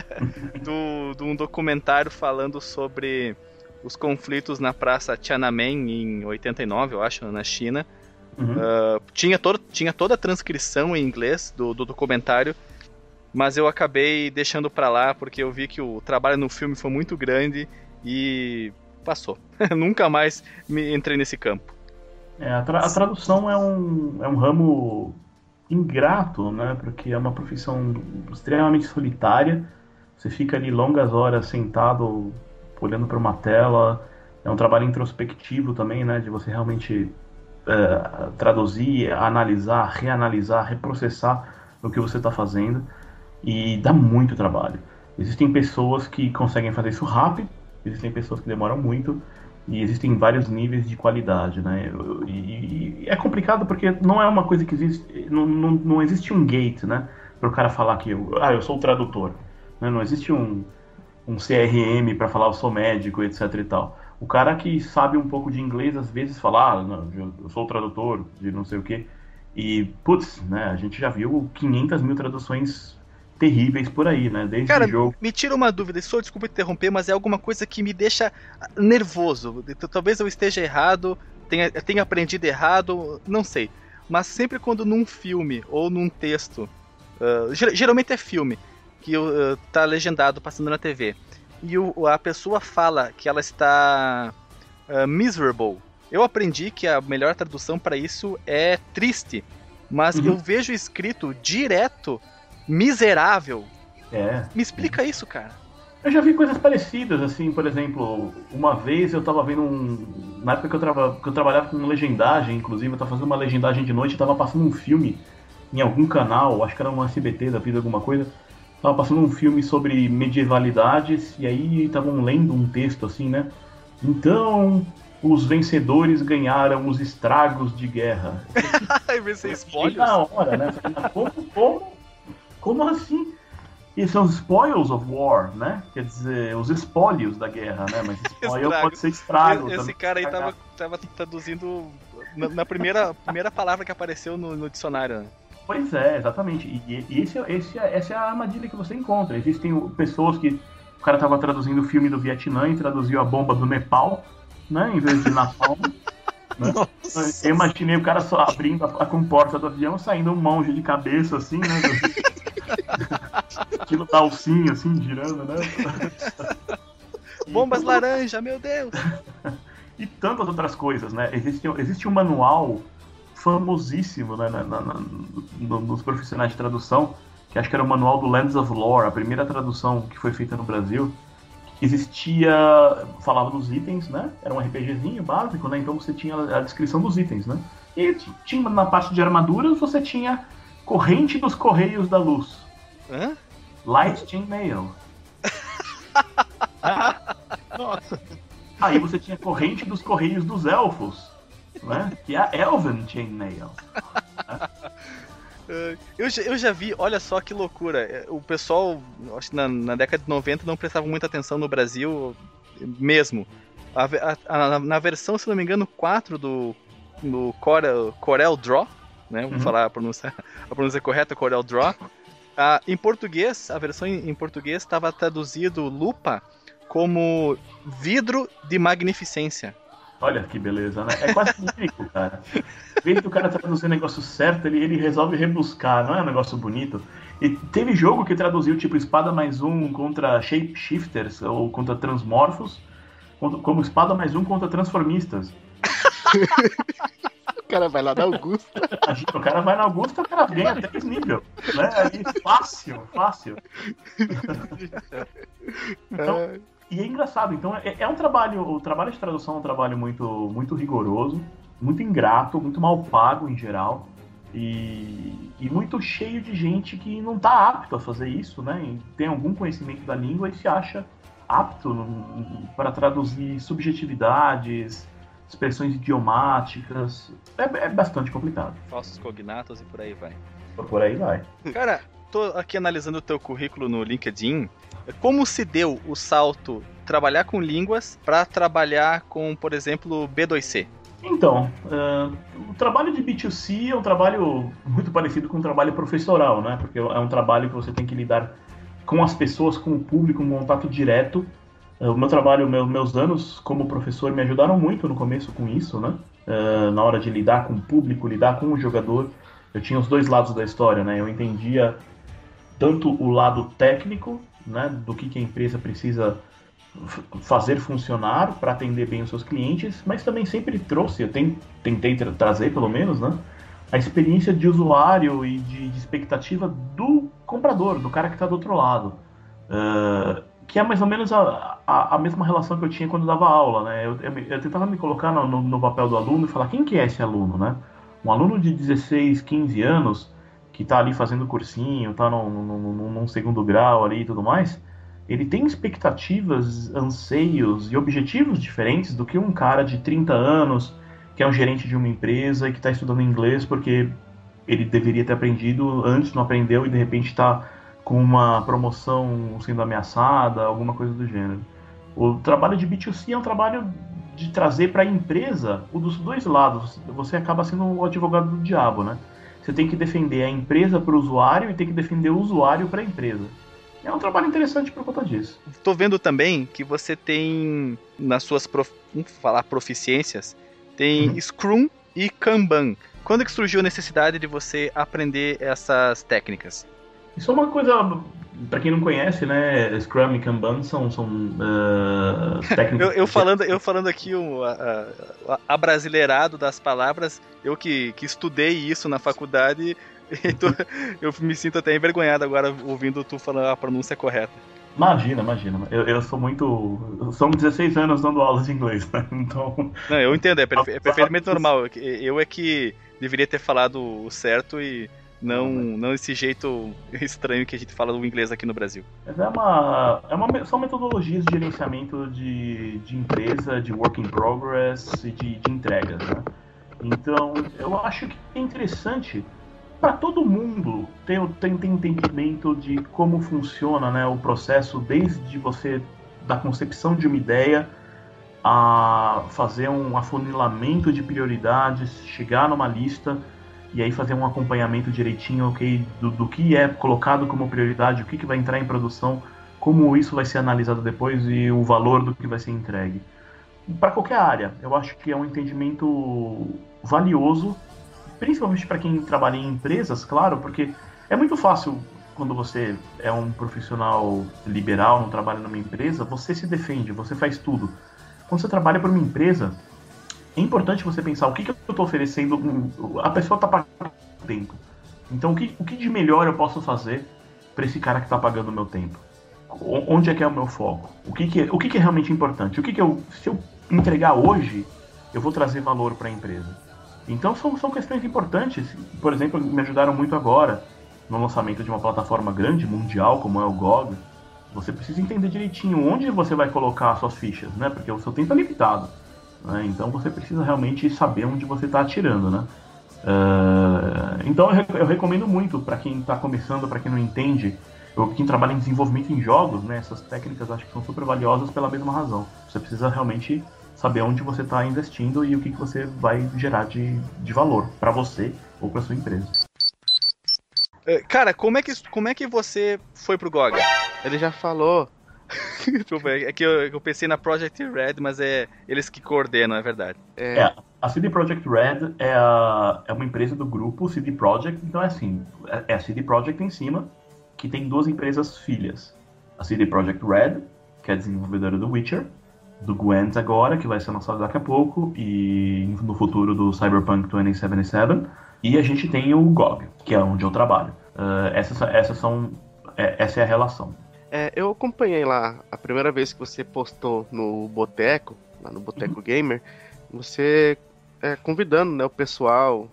De um documentário falando sobre os conflitos na Praça Tiananmen em 89, eu acho, na China. Tinha toda a transcrição em inglês do documentário, mas eu acabei deixando pra lá porque eu vi que o trabalho no filme foi muito grande e passou. Nunca mais entrei nesse campo. A tradução é um ramo ingrato, né? Porque é uma profissão extremamente solitária. Você fica ali longas horas sentado olhando para uma tela. É um trabalho introspectivo também, né? De você realmente traduzir, analisar, reanalisar, reprocessar o que você está fazendo. E dá muito trabalho. Existem pessoas que conseguem fazer isso rápido, existem pessoas que demoram muito, e existem vários níveis de qualidade, né? E é complicado porque não é uma coisa que existe, não existe um gate, né? Para o cara falar que eu sou o tradutor, né? Não existe um CRM para falar eu sou médico, etc e tal. O cara que sabe um pouco de inglês às vezes fala, não, eu sou o tradutor de não sei o quê. E, putz, né? A gente já viu 500 mil traduções terríveis por aí, né? Desde cara, jogo... me tira uma dúvida, desculpa interromper, mas é alguma coisa que me deixa nervoso. Talvez eu esteja errado, tenha aprendido errado, não sei. Mas sempre quando num filme ou num texto, geralmente é filme, que tá legendado passando na TV, e a pessoa fala que ela está miserable, eu aprendi que a melhor tradução para isso é triste, mas eu vejo escrito direto miserável. Me explica isso, cara. Eu já vi coisas parecidas, assim, por exemplo, uma vez eu tava vendo na época que eu trabalhava com legendagem, inclusive, eu tava fazendo uma legendagem de noite, tava passando um filme em algum canal, acho que era um SBT da vida, alguma coisa, tava passando um filme sobre medievalidades, e aí estavam lendo um texto assim, né? Então, os vencedores ganharam os estragos de guerra. Ai, você spoilers? Na hora, né? Como assim? E são os spoils of war, né? Quer dizer, os espólios da guerra, né? Mas spoil pode ser estrago. Esse cara aí tava traduzindo na primeira palavra que apareceu no dicionário, né? Pois é, exatamente. E essa é a armadilha que você encontra. Existem pessoas que... O cara tava traduzindo o filme do Vietnã e traduziu a bomba do Nepal, né? Em vez de Napalm. Né? Eu imaginei o cara só abrindo a comporta do avião, saindo um monge de cabeça, assim, né? Aquilo da alcinha, assim, girando, né? Bombas laranja, meu Deus! E tantas outras coisas, né? Existe um manual famosíssimo, né, nos profissionais de tradução, que acho que era o manual do Lands of Lore, a primeira tradução que foi feita no Brasil. Existia, falava dos itens, né? Era um RPGzinho básico, né? Então você tinha a descrição dos itens, né? E tinha na parte de armaduras, você tinha corrente dos Correios da Luz. Hã? Light Chainmail. Nossa. Aí você tinha corrente dos Correios dos Elfos, né? Que é a Elven Chainmail. Eu já vi, olha só que loucura. O pessoal, acho que na década de 90 não prestava muita atenção no Brasil mesmo. Na versão, se não me engano, 4 do Corel Draw, né? Vou falar a pronúncia correta, Corel Draw. Em português, a versão em português estava traduzido lupa como vidro de magnificência. Olha que beleza, né? É quase único, cara. Em vez do cara traduzir o negócio certo, ele resolve rebuscar, não é um negócio bonito. E teve jogo que traduziu tipo espada mais 1 contra shapeshifters ou contra transmorphos, como espada mais 1 contra transformistas. O cara vai lá na Augusta. Imagina, o cara vai na Augusta, o cara ganha 3 níveis. Né? Aí, fácil. Então, e é engraçado, então é um trabalho, o trabalho de tradução é um trabalho muito rigoroso, muito ingrato, muito mal pago em geral, e muito cheio de gente que não está apto a fazer isso, né? E tem algum conhecimento da língua e se acha apto para traduzir subjetividades, expressões idiomáticas. É bastante complicado. Falsos cognatos e por aí vai. Por aí vai. Cara, tô aqui analisando o teu currículo no LinkedIn. Como se deu o salto trabalhar com línguas para trabalhar com, por exemplo, B2C? Então, o trabalho de B2C é um trabalho muito parecido com um trabalho professoral, né? Porque é um trabalho que você tem que lidar com as pessoas, com o público, um contato direto. O meu trabalho, meus anos como professor me ajudaram muito no começo com isso, né? Na hora de lidar com o público, lidar com o jogador. Eu tinha os dois lados da história, né? Eu entendia tanto o lado técnico, né? Do que a empresa precisa fazer funcionar para atender bem os seus clientes, mas também sempre trouxe, eu tentei trazer pelo menos, né? A experiência de usuário e de expectativa do comprador, do cara que está do outro lado. Que é mais ou menos a mesma relação que eu tinha quando dava aula, né? Eu tentava me colocar no papel do aluno e falar quem que é esse aluno, né? Um aluno de 16, 15 anos que está ali fazendo cursinho, está num segundo grau ali e tudo mais, ele tem expectativas, anseios e objetivos diferentes do que um cara de 30 anos que é um gerente de uma empresa e que está estudando inglês porque ele deveria ter aprendido antes, não aprendeu e de repente está com uma promoção sendo ameaçada, alguma coisa do gênero. O trabalho de B2C é um trabalho de trazer para a empresa o dos dois lados. Você acaba sendo o advogado do diabo, né? Você tem que defender a empresa para o usuário e tem que defender o usuário para a empresa. É um trabalho interessante por conta disso. Tô vendo também que você tem nas suas proficiências, tem Scrum e Kanban. Quando que surgiu a necessidade de você aprender essas técnicas? Isso é uma coisa, para quem não conhece, né? Scrum e Kanban são técnicas. eu falando aqui abrasileirado das palavras, eu que estudei isso na faculdade, eu me sinto até envergonhado agora ouvindo tu falando a pronúncia correta. Imagina. Eu sou muito... São 16 anos dando aulas de inglês, né? Então... Não, eu entendo, é perfeitamente normal. Eu é que deveria ter falado o certo e não esse jeito estranho que a gente fala do inglês aqui no Brasil. São metodologias de gerenciamento de empresa, de work in progress e de entregas, né? Então, eu acho que é interessante para todo mundo ter entendimento de como funciona, né, o processo desde você da concepção de uma ideia a fazer um afunilamento de prioridades, chegar numa lista e aí fazer um acompanhamento direitinho, do que é colocado como prioridade, o que vai entrar em produção, como isso vai ser analisado depois e o valor do que vai ser entregue. Para qualquer área, eu acho que é um entendimento valioso, principalmente para quem trabalha em empresas, claro, porque é muito fácil quando você é um profissional liberal, não trabalha numa empresa, você se defende, você faz tudo. Quando você trabalha para uma empresa, é importante você pensar o que eu estou oferecendo, a pessoa está pagando tempo. Então, o que de melhor eu posso fazer para esse cara que está pagando o meu tempo? Onde é que é o meu foco? O que é realmente importante? Se eu entregar hoje, eu vou trazer valor para a empresa. Então são questões importantes. Por exemplo, me ajudaram muito agora no lançamento de uma plataforma grande, mundial, como é o GOG. Você precisa entender direitinho onde você vai colocar as suas fichas, né? Porque o seu tempo é limitado, né? Então você precisa realmente saber onde você está atirando, né? Então eu recomendo muito para quem está começando, para quem não entende, ou quem trabalha em desenvolvimento em jogos, né? Essas técnicas acho que são super valiosas pela mesma razão. Você precisa realmente saber onde você está investindo e o que você vai gerar de valor para você ou para sua empresa. Cara, como é que você foi pro GOG? Ele já falou. É que eu pensei na Project Red, mas é eles que coordenam, é verdade. A CD Projekt Red é uma empresa do grupo CD Projekt, então é assim, é a CD Projekt em cima, que tem duas empresas filhas. A CD Projekt Red, que é a desenvolvedora do Witcher, do Gwent agora, que vai ser lançado daqui a pouco, e no futuro do Cyberpunk 2077. E a gente tem o GOG, que é onde eu trabalho. Essa é a relação. Eu acompanhei lá a primeira vez que você postou no Boteco, lá no Boteco Gamer, você convidando, né, o pessoal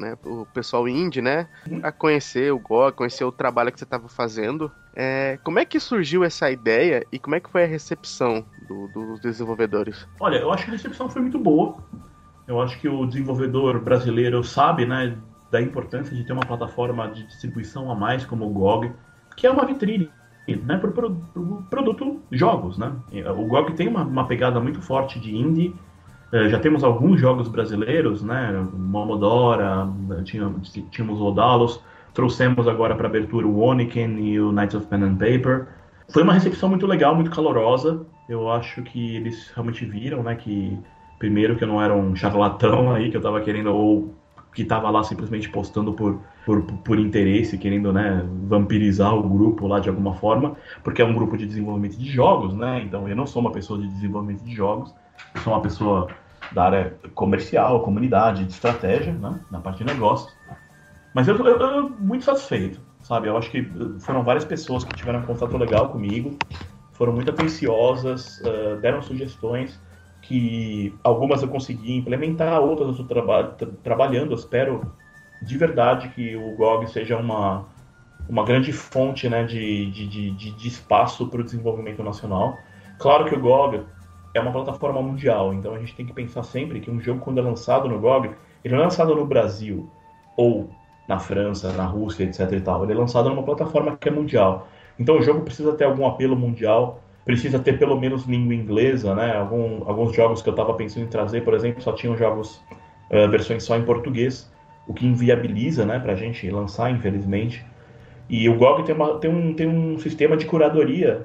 indie, né, a conhecer o GOG, conhecer o trabalho que você estava fazendo. Como é que surgiu essa ideia e como é que foi a recepção dos desenvolvedores? Olha, eu acho que a recepção foi muito boa. Eu acho que o desenvolvedor brasileiro sabe, né, da importância de ter uma plataforma de distribuição a mais como o GOG, que é uma vitrine, né, para o produto jogos, né? O GOG tem uma pegada muito forte de indie. Já temos alguns jogos brasileiros, né? Momodora, tínhamos o Odalos, trouxemos agora para abertura o Oniken e o Knights of Pen and Paper. Foi uma recepção muito legal, muito calorosa. Eu acho que eles realmente viram, né, que primeiro que eu não era um charlatão aí, que eu estava querendo, ou que estava lá simplesmente postando por interesse, querendo, né, vampirizar o grupo lá de alguma forma, porque é um grupo de desenvolvimento de jogos, né? Então eu não sou uma pessoa de desenvolvimento de jogos, eu sou uma pessoa da área comercial, comunidade, de estratégia, né, na parte de negócios. Mas eu muito satisfeito, sabe? Eu acho que foram várias pessoas que tiveram um contato legal comigo, foram muito atenciosas, deram sugestões, que algumas eu consegui implementar, outras eu estou trabalhando. Eu espero de verdade que o GOG seja uma grande fonte, né, de espaço para o desenvolvimento nacional. Claro que o GOG é uma plataforma mundial, então a gente tem que pensar sempre que um jogo, quando é lançado no GOG, ele não é lançado no Brasil ou na França, na Rússia, etc. e tal. Ele é lançado numa plataforma que é mundial. Então o jogo precisa ter algum apelo mundial, precisa ter pelo menos língua inglesa, né? Alguns jogos que eu estava pensando em trazer, por exemplo, só tinham jogos, versões só em português, o que inviabiliza, né, pra gente lançar, infelizmente. E o GOG tem um sistema de curadoria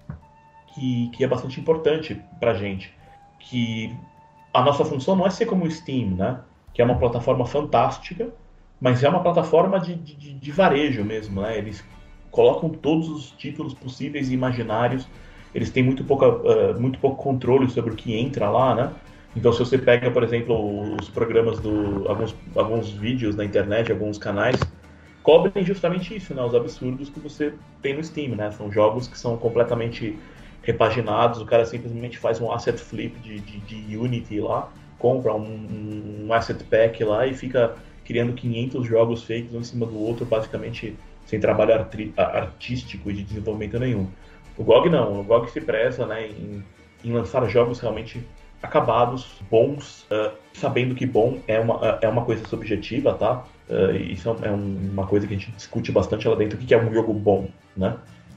que é bastante importante pra gente. Que a nossa função não é ser como o Steam, né? Que é uma plataforma fantástica, mas é uma plataforma de varejo mesmo, né? Eles colocam todos os títulos possíveis e imaginários. Eles têm muito pouco controle sobre o que entra lá, né? Então, se você pega, por exemplo, os programas alguns vídeos na internet, alguns canais, cobrem justamente isso, né? Os absurdos que você tem no Steam, né? São jogos que são completamente repaginados, o cara simplesmente faz um asset flip de Unity lá, compra um asset pack lá e fica criando 500 jogos fakes um em cima do outro, basicamente sem trabalho artístico e de desenvolvimento nenhum. O GOG não, o GOG se preza, né, em lançar jogos realmente acabados, bons, sabendo que bom é uma coisa subjetiva, tá? Isso é uma coisa que a gente discute bastante lá dentro, o que é um jogo bom, né?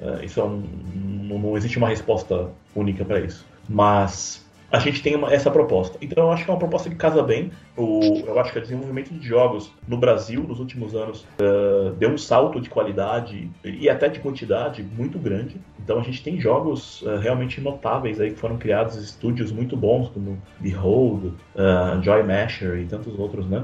Não existe uma resposta única para isso. Mas a gente tem essa proposta. Então eu acho que é uma proposta que casa bem. Eu acho que o desenvolvimento de jogos no Brasil, nos últimos anos, deu um salto de qualidade e até de quantidade muito grande. Então a gente tem jogos realmente notáveis aí que foram criados, estúdios muito bons, como Behold, Joy Masher e tantos outros, né?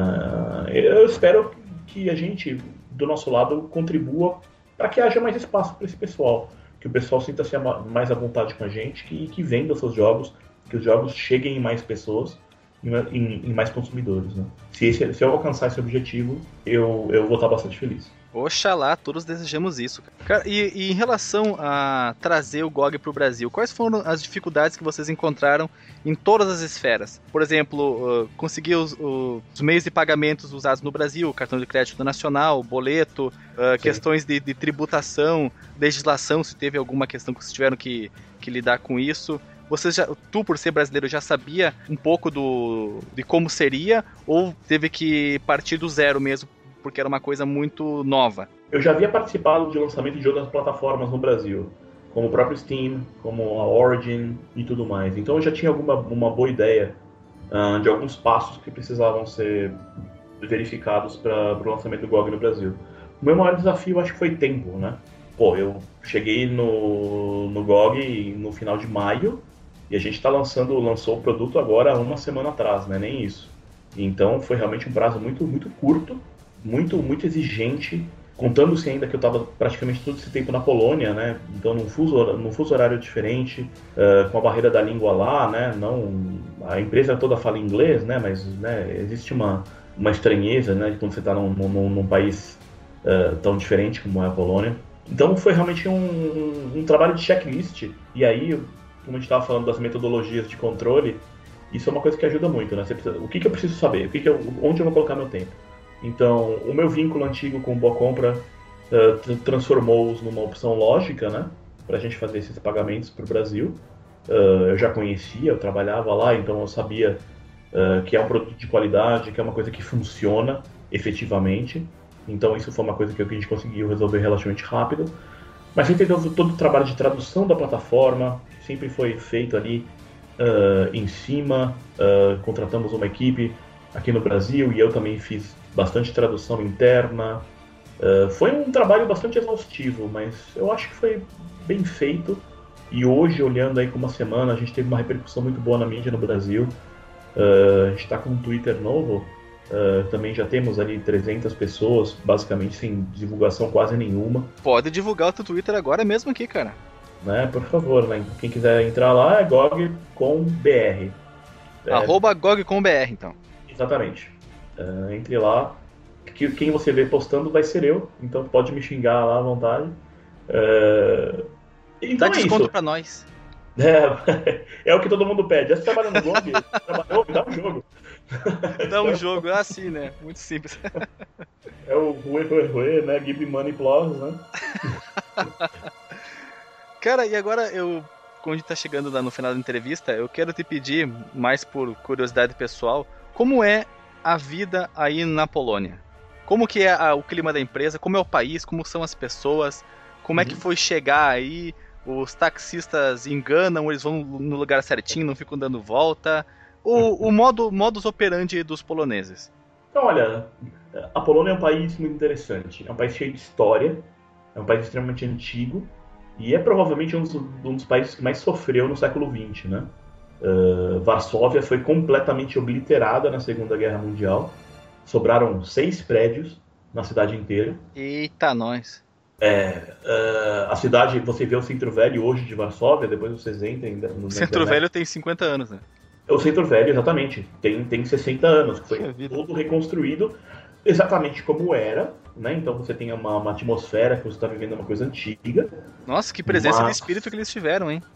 Eu espero que a gente, do nosso lado, contribua para que haja mais espaço para esse pessoal, que o pessoal sinta-se mais à vontade com a gente, que venda seus jogos, que os jogos cheguem em mais pessoas, em mais consumidores, né? Se eu alcançar esse objetivo, eu vou estar bastante feliz. Oxalá, todos desejamos isso. Cara, e em relação a trazer o GOG para o Brasil, quais foram as dificuldades que vocês encontraram em todas as esferas? Por exemplo, conseguir os meios de pagamentos usados no Brasil, cartão de crédito nacional, boleto, questões de tributação, legislação, se teve alguma questão que vocês tiveram que lidar com isso. Tu, por ser brasileiro, já sabia um pouco de como seria, ou teve que partir do zero mesmo, porque era uma coisa muito nova? Eu já havia participado de lançamento de outras plataformas no Brasil, como o próprio Steam, como a Origin e tudo mais. Então eu já tinha uma boa ideia de alguns passos que precisavam ser verificados para o lançamento do GOG no Brasil. O meu maior desafio, acho que foi tempo, né? Eu cheguei no GOG no final de maio, e a gente lançou o produto agora uma semana atrás, né? Nem isso. Então foi realmente um prazo muito, muito curto, muito, muito exigente contando-se ainda que eu estava praticamente todo esse tempo na Polônia, né? Então num fuso horário diferente, com a barreira da língua lá, né? Não, a empresa toda fala inglês, né? Mas né, existe uma estranheza, né? Quando você está num país tão diferente como é a Polônia. Então foi realmente um trabalho de checklist. E aí, como a gente estava falando das metodologias de controle, isso é uma coisa que ajuda muito, né? Você precisa, o que eu preciso saber? Onde eu vou colocar meu tempo? Então, o meu vínculo antigo com o Boa Compra transformou-os numa opção lógica, né? Para a gente fazer esses pagamentos para o Brasil. Eu já conhecia, eu trabalhava lá, então eu sabia que é um produto de qualidade, que é uma coisa que funciona efetivamente. Então, isso foi uma coisa que a gente conseguiu resolver relativamente rápido. Mas a gente teve todo o trabalho de tradução da plataforma, que sempre foi feito ali em cima. Contratamos uma equipe aqui no Brasil e eu também fiz bastante tradução interna. Foi um trabalho bastante exaustivo, mas eu acho que foi bem feito. E hoje, olhando aí com uma semana, a gente teve uma repercussão muito boa na mídia no Brasil. A gente está com um Twitter novo, também já temos ali 300 pessoas, basicamente sem divulgação quase nenhuma. Pode divulgar o teu Twitter agora mesmo aqui, cara. Né, por favor, né? Quem quiser entrar lá é GOG com BR. @GOG com BR, então. Exatamente. Entre lá. Quem você vê postando vai ser eu, então pode me xingar lá à vontade. Dá Então desconto isso. pra nós. É o que todo mundo pede. Você trabalha no GOG? Trabalhou? Dá um jogo. Dá um jogo, assim, né? Muito simples. É o Rue, né? Give money plus, né? Cara, e agora quando a gente tá chegando lá no final da entrevista, eu quero te pedir, mais por curiosidade pessoal, como é a vida aí na Polônia? Como que é o clima da empresa? Como é o país? Como são as pessoas? Como é que foi chegar aí? Os taxistas enganam, eles vão no lugar certinho, não ficam dando volta. O modus operandi dos poloneses. Então, olha, a Polônia é um país muito interessante. É um país cheio de história, é um país extremamente antigo e é provavelmente um dos países que mais sofreu no século XX, né? Varsóvia foi completamente obliterada na Segunda Guerra Mundial. Sobraram 6 prédios na cidade inteira. Eita, nós. A cidade, você vê o Centro Velho hoje de Varsóvia, depois vocês entrem no O Centro Velho tem 50 anos, né? O Centro Velho, exatamente, tem 60 anos, que foi todo reconstruído exatamente como era, né? Então você tem uma atmosfera que você está vivendo uma coisa antiga. Nossa, que presença de espírito que eles tiveram, hein?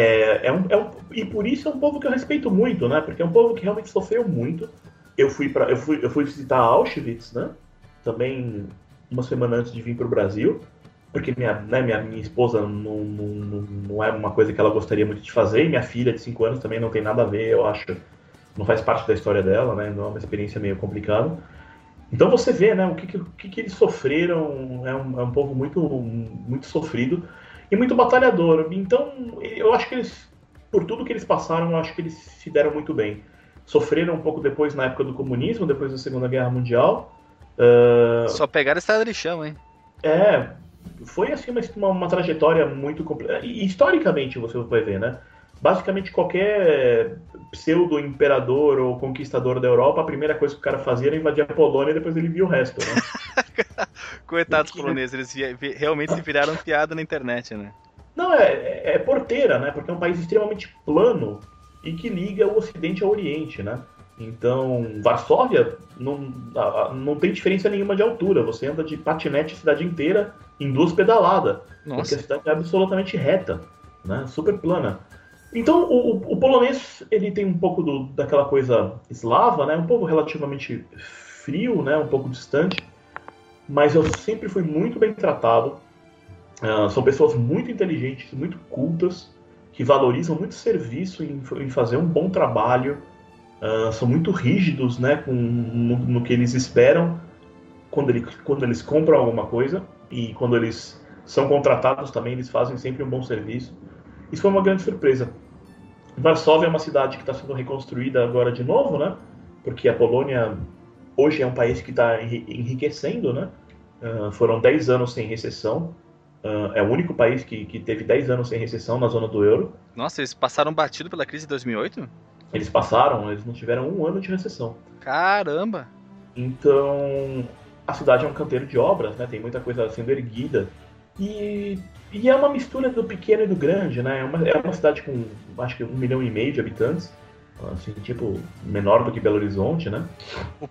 E por isso é um povo que eu respeito muito, né? Porque é um povo que realmente sofreu muito. Eu fui visitar Auschwitz, né? Também uma semana antes de vir para o Brasil, porque minha esposa não é uma coisa que ela gostaria muito de fazer, e minha filha de 5 anos também não tem nada a ver, eu acho. Não faz parte da história dela, né? Não é uma experiência meio complicada. Então você vê, né? O que eles sofreram. É um povo muito, muito sofrido e muito batalhador. Então eu acho que eles, por tudo que eles passaram, eu acho que eles se deram muito bem. Sofreram um pouco depois, na época do comunismo, depois da Segunda Guerra Mundial. Só pegaram a estrada de chão, hein? Foi assim uma trajetória muito complexa. E historicamente você vai ver, né? Basicamente qualquer pseudo-imperador ou conquistador da Europa, a primeira coisa que o cara fazia era invadir a Polônia e depois ele via o resto, né? Coitados poloneses, eles realmente se viraram piada na internet, né? Não, é porteira, né? Porque é um país extremamente plano e que liga o Ocidente ao Oriente, né? Então, Varsóvia não tem diferença nenhuma de altura. Você anda de patinete a cidade inteira em 2 pedaladas. Nossa. Porque a cidade é absolutamente reta, né? Super plana. Então, o polonês, ele tem um pouco daquela coisa eslava, né? Um povo relativamente frio, né? Um pouco distante. Mas eu sempre fui muito bem tratado. São pessoas muito inteligentes, muito cultas, que valorizam muito serviço em fazer um bom trabalho. São muito rígidos, né, no que eles esperam quando eles compram alguma coisa, e quando eles são contratados também, eles fazem sempre um bom serviço. Isso foi uma grande surpresa. Varsóvia é uma cidade que está sendo reconstruída agora de novo, né, porque a Polônia hoje é um país que está enriquecendo, né. Foram 10 anos sem recessão. É o único país que teve 10 anos sem recessão na zona do euro. Nossa, eles passaram batido pela crise de 2008? Eles não tiveram 1 ano de recessão. Caramba! Então, a cidade é um canteiro de obras, né? Tem muita coisa sendo erguida. E é uma mistura do pequeno e do grande, né? É uma cidade com, acho que 1,5 milhão de habitantes. Assim, tipo, menor do que Belo Horizonte, né? O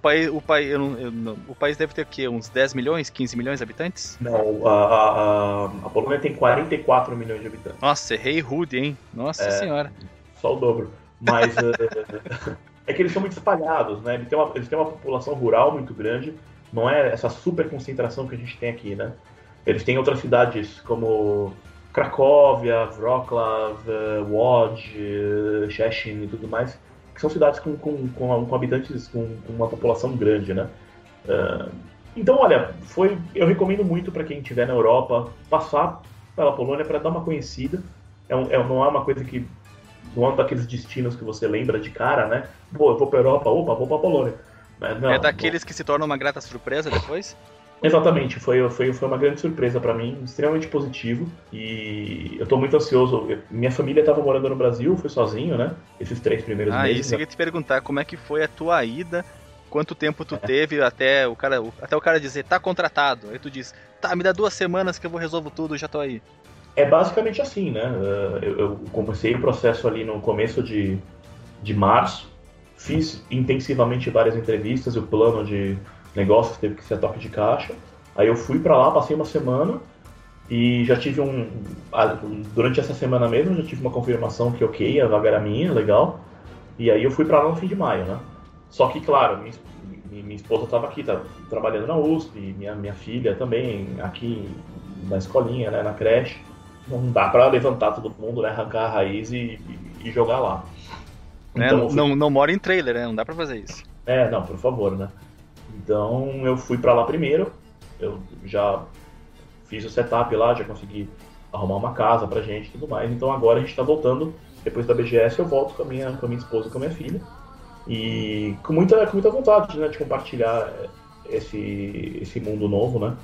país deve ter o quê? Uns 10 milhões, 15 milhões de habitantes? Não, a Polônia tem 44 milhões de habitantes. Nossa, errei rude, hein? Nossa senhora. Só o dobro. Mas é que eles são muito espalhados, né? Eles têm uma população rural muito grande. Não é essa super concentração que a gente tem aqui, né? Eles têm outras cidades como Cracóvia, Wrocław, Łódź, Szczecin e tudo mais, que são cidades com habitantes, com uma população grande, né? Então, olha, eu recomendo muito para quem estiver na Europa passar pela Polônia para dar uma conhecida. Não é uma coisa que... Não é um daqueles destinos que você lembra de cara, né? Pô, eu vou pra Europa, opa, vou pra Polônia. Não, é daqueles que se tornam uma grata surpresa depois? Exatamente, foi uma grande surpresa pra mim, extremamente positivo, e eu tô muito ansioso. Minha família tava morando no Brasil, fui sozinho, né? Esses 3 primeiros meses. Isso eu ia te perguntar, como é que foi a tua ida? Quanto tempo tu teve até o cara dizer, tá contratado? Aí tu diz, tá, me dá 2 semanas que eu vou resolver tudo, já tô aí. É basicamente assim, né? Eu comecei o processo ali no começo de março, fiz intensivamente várias entrevistas, e o plano de negócios teve que ser a toque de caixa. Aí eu fui pra lá, passei uma semana e já tive durante essa semana mesmo, já tive uma confirmação que ok, a vaga era minha, legal. E aí eu fui pra lá no fim de maio, né? Só que, claro, minha esposa estava aqui, trabalhando na USP, minha filha também aqui na escolinha, né, na creche. Não dá pra levantar todo mundo, né, arrancar a raiz e jogar lá. Então, não mora em trailer, né? Não dá pra fazer isso. Não, por favor, né? Então eu fui pra lá primeiro, eu já fiz o setup lá, já consegui arrumar uma casa pra gente e tudo mais. Então agora a gente tá voltando, depois da BGS eu volto com a minha esposa e com a minha filha. E com muita vontade, né, de compartilhar esse mundo novo, né?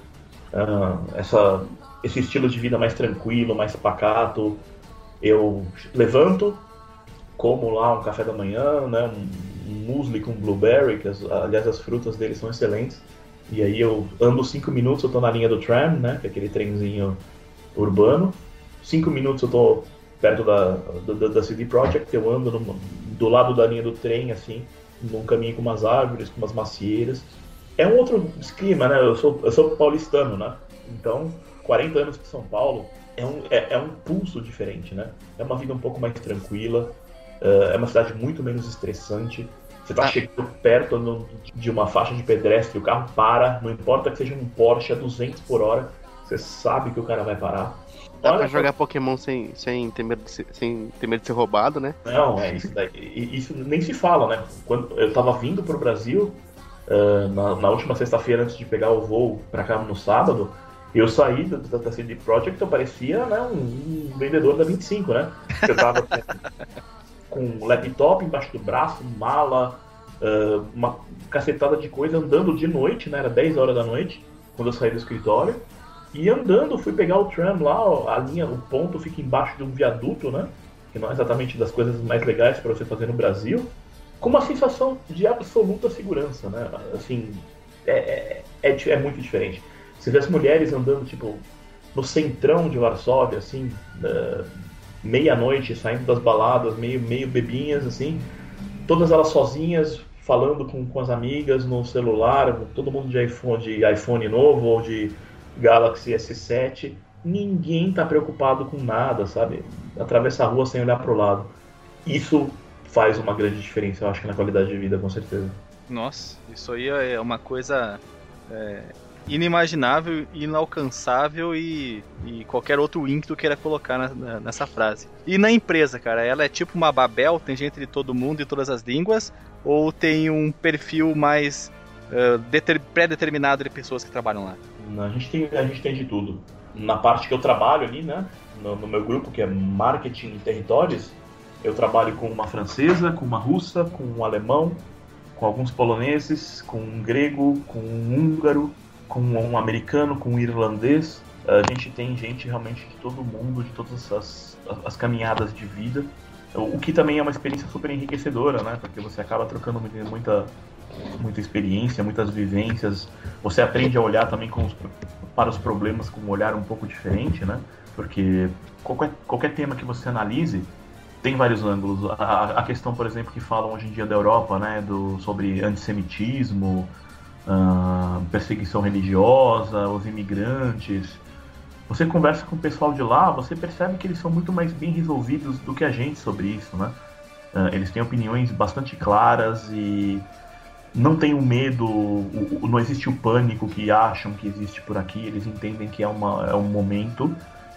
Esse estilo de vida mais tranquilo, mais pacato. Eu levanto, como lá um café da manhã, né, um muesli com blueberry, que aliás as frutas deles são excelentes. E aí eu ando 5 minutos, eu tô na linha do tram, né, que é aquele trenzinho urbano. 5 minutos eu tô perto da CD Projekt, eu ando do lado da linha do trem, assim, num caminho com umas árvores, com umas macieiras. É um outro clima, né, eu sou paulistano, né, então 40 anos de São Paulo é um pulso diferente, né, é uma vida um pouco mais tranquila, é uma cidade muito menos estressante. Você tá chegando perto de uma faixa de pedestre, o carro para, não importa que seja um Porsche a 200 por hora, você sabe que o cara vai parar. Dá pra jogar Pokémon sem ter medo de ser roubado, né? Não, isso daí. Isso nem se fala, né? Quando eu tava vindo pro Brasil, na última sexta-feira, antes de pegar o voo pra cá no sábado, eu saí da CD Projekt, eu parecia, né, um vendedor da 25, né? Eu tava com um laptop embaixo do braço, mala, uma cacetada de coisa, andando de noite, né? Era 10 horas da noite, quando eu saí do escritório. E andando, fui pegar o tram lá, o ponto fica embaixo de um viaduto, né? Que não é exatamente das coisas mais legais para você fazer no Brasil, com uma sensação de absoluta segurança, né? Assim, é muito diferente. Você vê as mulheres andando, tipo, no centrão de Varsóvia, assim, meia-noite, saindo das baladas, meio bebinhas, assim, todas elas sozinhas, falando com as amigas no celular, todo mundo de iPhone novo ou de Galaxy S7, ninguém tá preocupado com nada, sabe? Atravessa a rua sem olhar pro lado. Isso faz uma grande diferença, eu acho, que na qualidade de vida, com certeza. Nossa, isso aí é uma coisa inimaginável, inalcançável e qualquer outro ímpeto queira colocar nessa frase. E na empresa, cara, ela é tipo uma Babel, tem gente de todo mundo e todas as línguas, ou tem um perfil mais pré-determinado de pessoas que trabalham lá? A gente tem de tudo. Na parte que eu trabalho ali, né, no meu grupo, que é Marketing e Territórios, eu trabalho com uma francesa, com uma russa, com um alemão, com alguns poloneses, com um grego, com um húngaro, com um americano, com um irlandês. A gente tem gente realmente de todo mundo, de todas as caminhadas de vida. O que também é uma experiência super enriquecedora, né? Porque você acaba trocando muita experiência, muitas vivências. Você aprende a olhar também para os problemas com um olhar um pouco diferente, né? Porque qualquer tema que você analise tem vários ângulos. A questão, por exemplo, que falam hoje em dia da Europa, né? Sobre antissemitismo, perseguição religiosa, os imigrantes. Você conversa com o pessoal de lá, você percebe que eles são muito mais bem resolvidos do que a gente sobre isso, né? Eles têm opiniões bastante claras e não tem o medo, não existe o pânico que acham que existe por aqui. Eles entendem que é um momento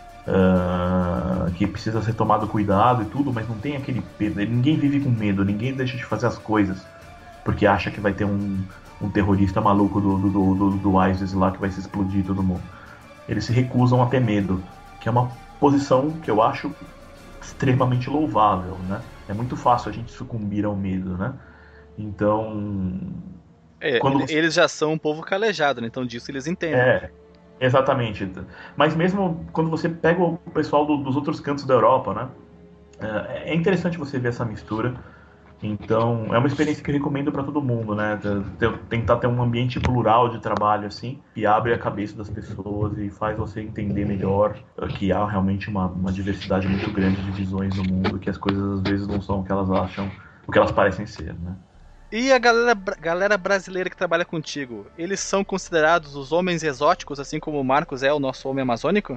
que precisa ser tomado cuidado e tudo, mas não tem aquele medo. Ninguém vive com medo, ninguém deixa de fazer as coisas porque acha que vai ter um terrorista maluco do ISIS lá que vai se explodir todo mundo. Eles se recusam a ter medo, que é uma posição que eu acho extremamente louvável, né? É muito fácil a gente sucumbir ao medo, né? Então... Eles já são um povo calejado, né? Então disso eles entendem. Exatamente. Mas mesmo quando você pega o pessoal dos outros cantos da Europa, né? É interessante você ver essa mistura. Então, é uma experiência que eu recomendo para todo mundo, né? Tentar ter um ambiente plural de trabalho, assim, que abre a cabeça das pessoas e faz você entender melhor que há realmente uma diversidade muito grande de visões no mundo, que as coisas às vezes não são o que elas acham, o que elas parecem ser, né? E a galera brasileira que trabalha contigo, eles são considerados os homens exóticos, assim como o Marcos é o nosso homem amazônico?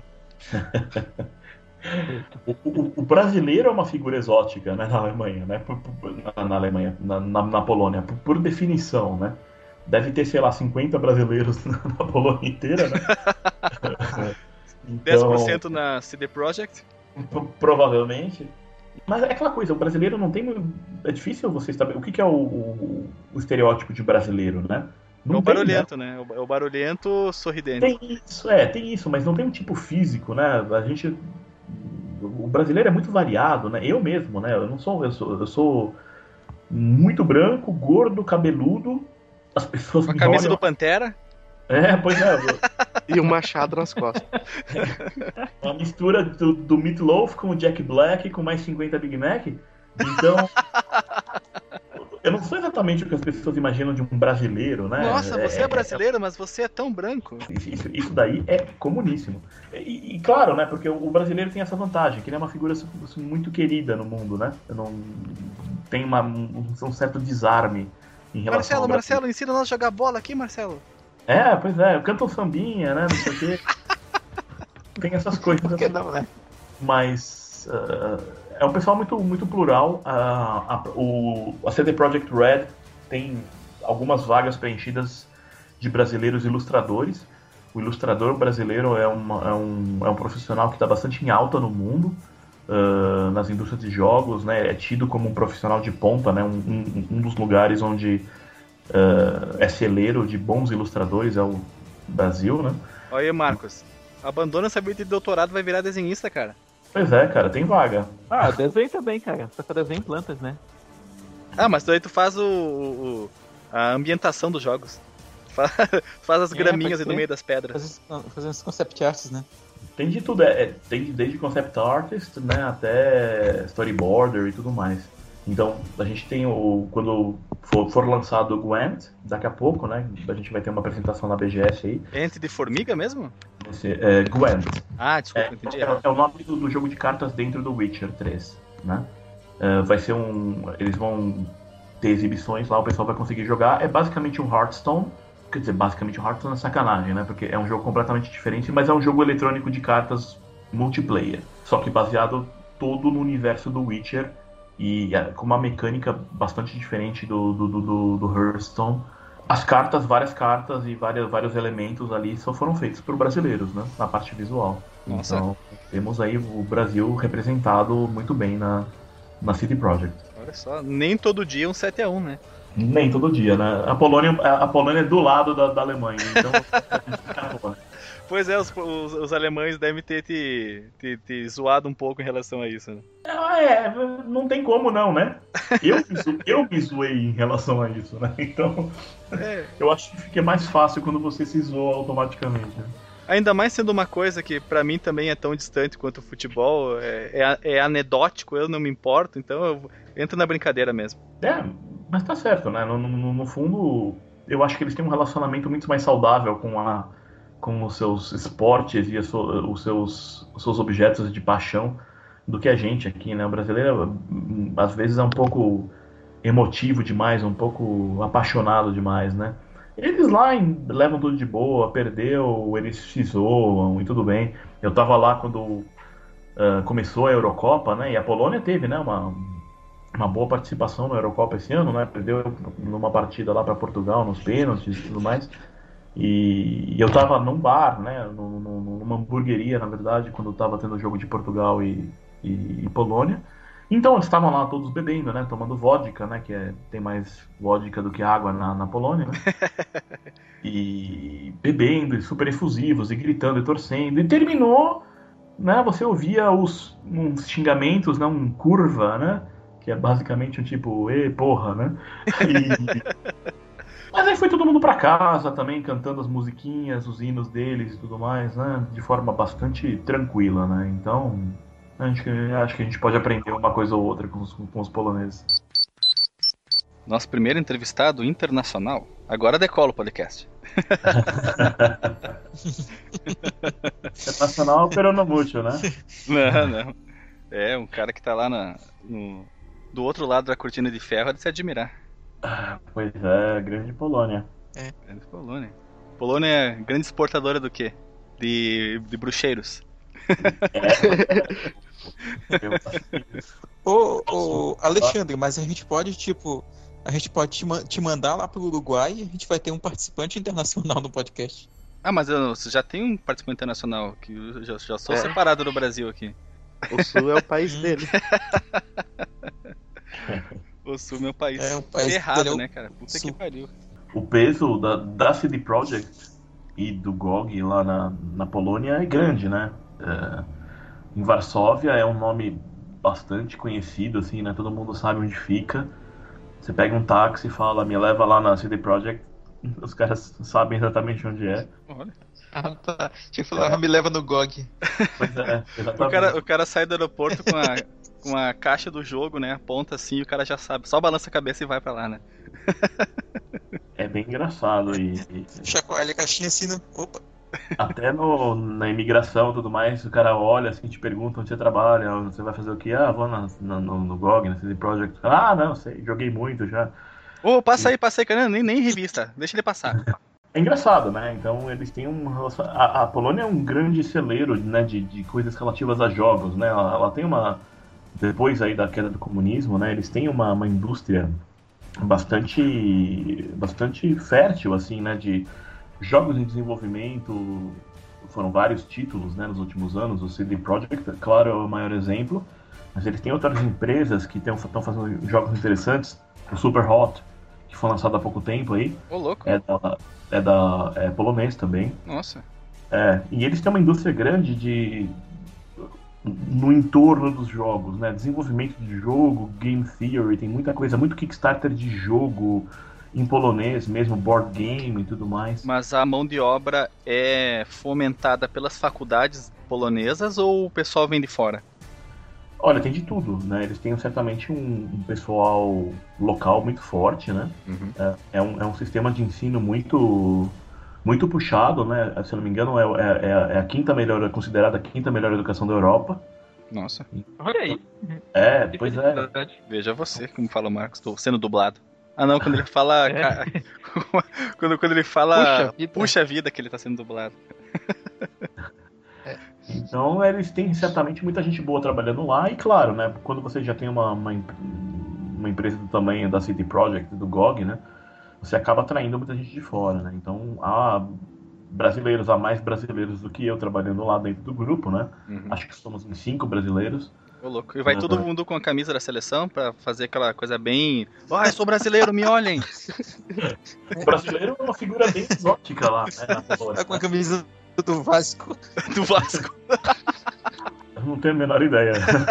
O brasileiro é uma figura exótica, né, na Alemanha, né? Na Polônia, por definição, né? Deve ter, sei lá, 50 brasileiros na Polônia inteira, né? Então, 10% na CD Projekt? Provavelmente. Mas é aquela coisa, o brasileiro não tem... É difícil você estabelecer... O que é o estereótipo de brasileiro, né? Não é o barulhento, né? É o barulhento sorridente. Tem isso, mas não tem um tipo físico, né? O brasileiro é muito variado, né? Eu mesmo, né? Eu sou muito branco, gordo, cabeludo. As pessoas com a camisa do Pantera? Pois é. E um machado nas costas. Uma mistura do Meatloaf com o Jack Black com mais 50 Big Mac. Então, eu não sou exatamente o que as pessoas imaginam de um brasileiro, né? Nossa, você é brasileiro, mas você é tão branco. Isso daí é comuníssimo. E claro, né? Porque o brasileiro tem essa vantagem, que ele é uma figura assim, muito querida no mundo, né? Tem um certo desarme em relação ao Marcelo, ensina nós a jogar bola aqui, Marcelo. Pois é, eu canto um sambinha, né? Não sei o quê. Tem essas coisas. Por que não, né? Mas é um pessoal muito, muito plural. A CD Projekt Red tem algumas vagas preenchidas de brasileiros ilustradores. O ilustrador brasileiro é um profissional que está bastante em alta no mundo, nas indústrias de jogos, né? É tido como um profissional de ponta, né? Um dos lugares onde é celeiro de bons ilustradores é o Brasil, né? Olha aí, Marcos. Abandona essa vida de doutorado, vai virar desenhista, cara. Pois é, cara, tem vaga. Desenho também, cara. Só que eu desenho plantas, né? Mas daí tu faz a ambientação dos jogos. Faz as graminhas aí no meio das pedras. Fazendo os concept arts, né? Tem de tudo, tem desde concept artist, né, até storyboarder e tudo mais. Então, a gente tem quando for lançado o Gwent, daqui a pouco, né, a gente vai ter uma apresentação na BGS aí. Ente de formiga mesmo? Gwent. Desculpa, entendi. É o nome do jogo de cartas dentro do Witcher 3, né? Vai ser eles vão ter exibições lá, o pessoal vai conseguir jogar. É basicamente um Hearthstone. Quer dizer, basicamente um Hearthstone é sacanagem, né? Porque é um jogo completamente diferente, mas é um jogo eletrônico de cartas multiplayer. Só que baseado todo no universo do Witcher e com uma mecânica bastante diferente do Hearthstone. As cartas, várias cartas e vários elementos ali só foram feitos por brasileiros, né? Na parte visual. Nossa. Então, temos aí o Brasil representado muito bem na CD Projekt. Olha só, nem todo dia 7-1, né? Nem todo dia, né? A Polônia é do lado da Alemanha, então... Pois é, os alemães devem ter te zoado um pouco em relação a isso, né? Não tem como não, né? Eu me zoei em relação a isso, né? Então, eu acho que fica mais fácil quando você se zoa automaticamente. Né? Ainda mais sendo uma coisa que pra mim também é tão distante quanto o futebol, é anedótico, eu não me importo, então eu entro na brincadeira mesmo. Mas tá certo, né? No fundo, eu acho que eles têm um relacionamento muito mais saudável com os seus esportes e os seus objetos de paixão do que a gente aqui, né? O brasileiro, às vezes, é um pouco emotivo demais, um pouco apaixonado demais, né? Eles lá levam tudo de boa, perdeu, eles se zoam e tudo bem. Eu tava lá quando começou a Eurocopa, né? E a Polônia teve, né? Uma boa participação na Eurocopa esse ano, né? Perdeu numa partida lá para Portugal, nos pênaltis e tudo mais. E eu tava num bar, né? Numa hamburgueria, na verdade, quando tava tendo o jogo de Portugal e Polônia. Então eles estavam lá todos bebendo, né? Tomando vodka, né? Tem mais vodka do que água na Polônia, né? E bebendo, e super efusivos, e gritando e torcendo. E terminou, né? Você ouvia uns xingamentos, né? Um curva, né? Que é basicamente um tipo, porra, né? Mas aí foi todo mundo pra casa também, cantando as musiquinhas, os hinos deles e tudo mais, né? De forma bastante tranquila, né? Então, acho que a gente pode aprender uma coisa ou outra com os poloneses. Nosso primeiro entrevistado internacional. Agora decola o podcast. Internacional, pero no mucho, né? Não. É, um cara que tá lá do outro lado da cortina de ferro é de se admirar. Pois é, grande Polônia. Grande Polônia. Polônia é grande exportadora do quê? De bruxeiros. Ô, Alexandre, mas a gente pode te mandar lá pro Uruguai e a gente vai ter um participante internacional no podcast. Ah, mas você já tem um participante internacional, que eu já sou separado do Brasil aqui. O Sul é o país dele. O Sul é meu país. É, o país errado, dele, né, cara? Puta que pariu. O peso da CD Projekt e do GOG lá na Polônia é grande, né? Em Varsóvia é um nome bastante conhecido, assim, né? Todo mundo sabe onde fica. Você pega um táxi e fala, me leva lá na CD Projekt, os caras sabem exatamente onde é. Olha. Ah, tá. Tipo, me leva no GOG. Pois é, exatamente. O cara sai do aeroporto com a caixa do jogo, né? Aponta assim e o cara já sabe. Só balança a cabeça e vai pra lá, né? É bem engraçado Chacoalha a caixinha assim, né? Opa. Até na imigração e tudo mais, o cara olha assim, te pergunta onde você trabalha, você vai fazer o quê? Ah, vou no GOG, na CD Projekt. Ah, não, sei, joguei muito já. Passa aí, cara, nem revista, deixa ele passar. É engraçado, né? Então eles têm a Polônia é um grande celeiro, né, de coisas relativas a jogos, né? Ela tem depois aí da queda do comunismo, né? Eles têm uma indústria bastante fértil, assim, né? De jogos em desenvolvimento. Foram vários títulos, né, nos últimos anos. O CD Projekt, claro, é o maior exemplo. Mas eles têm outras empresas que estão fazendo jogos interessantes. O Super Hot, que foi lançado há pouco tempo aí. Ô, louco. É polonês também. Nossa. E eles têm uma indústria grande no entorno dos jogos, né? Desenvolvimento de jogo, game theory, tem muita coisa, muito Kickstarter de jogo em polonês mesmo, board game e tudo mais. Mas a mão de obra é fomentada pelas faculdades polonesas ou o pessoal vem de fora? Olha, tem de tudo, né? Eles têm certamente um pessoal local muito forte, né? Uhum. É um sistema de ensino muito puxado, né? Se eu não me engano, é considerada a quinta melhor educação da Europa. Nossa. Olha aí. Pois é. Veja você, como fala o Marcos, estou sendo dublado. Ah não, quando ele fala. quando ele fala. Puxa vida que ele está sendo dublado. Então eles têm certamente muita gente boa trabalhando lá, e claro, né, quando você já tem uma empresa do tamanho da CD Projekt, do GOG, né, você acaba atraindo muita gente de fora, né, então há mais brasileiros do que eu trabalhando lá dentro do grupo, né, acho que somos em 5 brasileiros. Ô, louco. E vai todo mundo com a camisa da seleção pra fazer aquela coisa bem... eu sou brasileiro, me olhem! O brasileiro é uma figura bem exótica lá, né, Tá com a camisa do Vasco. Do Vasco. Eu não tenho a menor ideia.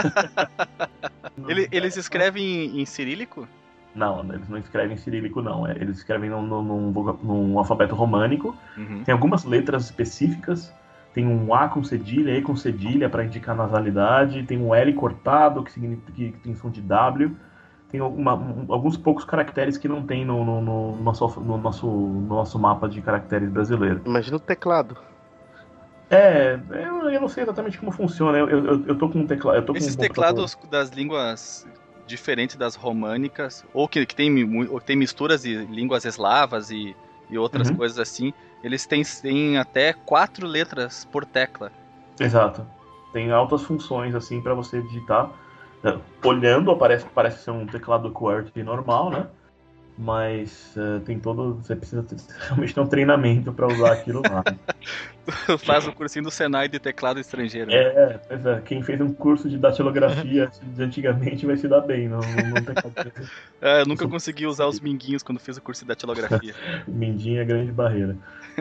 Eles escrevem em cirílico? Não, eles não escrevem em cirílico, não. Eles escrevem num alfabeto românico. Tem algumas letras específicas tem um A com cedilha, E com cedilha para indicar nasalidade, tem um L cortado, que significa que tem som de W, tem alguns poucos caracteres que não tem no nosso mapa de caracteres brasileiro. Imagina o teclado. Eu não sei exatamente como funciona. Eu tô com um teclado. Esses teclados das línguas diferentes das românicas, ou que tem misturas de línguas eslavas e outras coisas assim, eles têm até 4 letras por tecla. Exato. Tem altas funções assim para você digitar. Olhando, parece ser um teclado QWERTY normal, né? Mas tem todo. Você precisa realmente ter um treinamento para usar aquilo lá. Faz o cursinho do Senai de teclado estrangeiro. Pois é. Quem fez um curso de datilografia de antigamente vai se dar bem. Não teclado. Eu nunca consegui usar os minguinhos quando fiz o curso de datilografia. Mindinho é grande barreira.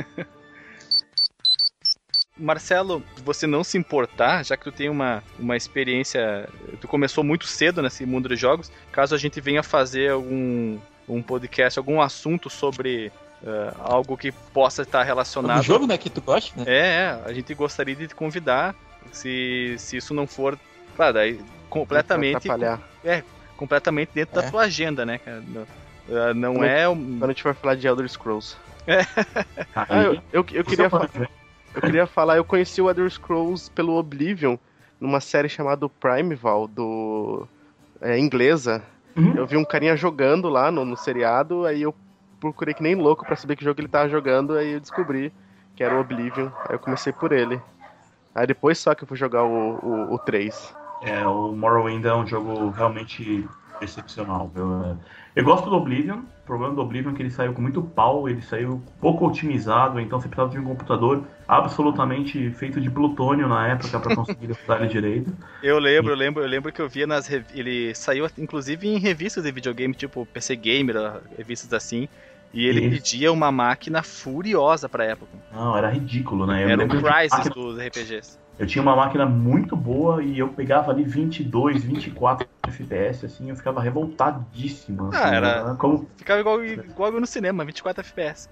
Marcelo, você não se importar, já que tu tem uma experiência, tu começou muito cedo nesse mundo de jogos, caso a gente venha fazer um podcast, algum assunto sobre algo que possa estar relacionado... Um jogo, né, que tu gosta, né? A gente gostaria de te convidar, se isso não for... Claro, daí completamente... completamente dentro da tua agenda, né, cara? Não Quando a gente vai falar de Elder Scrolls. Eu queria falar... Eu queria falar, eu conheci o Elder Scrolls pelo Oblivion, numa série chamada Primeval, inglesa. Eu vi um carinha jogando lá no seriado, aí eu procurei que nem louco pra saber que jogo ele tava jogando, aí eu descobri que era o Oblivion, aí eu comecei por ele. Aí depois só que eu fui jogar o 3. O Morrowind é um jogo realmente excepcional. Eu gosto do Oblivion. O problema do Oblivion é que ele saiu com muito pau, ele saiu pouco otimizado, então você precisava de um computador absolutamente feito de plutônio na época para conseguir usar ele direito. Eu lembro que eu via ele saiu inclusive em revistas de videogame, tipo PC Gamer, revistas assim, e ele pedia uma máquina furiosa pra época. Não, era ridículo, né? Era o Crysis dos RPGs. Eu tinha uma máquina muito boa e eu pegava ali 22, 24 FPS, assim, eu ficava revoltadíssimo. Assim, Ficava igual no cinema, 24 FPS.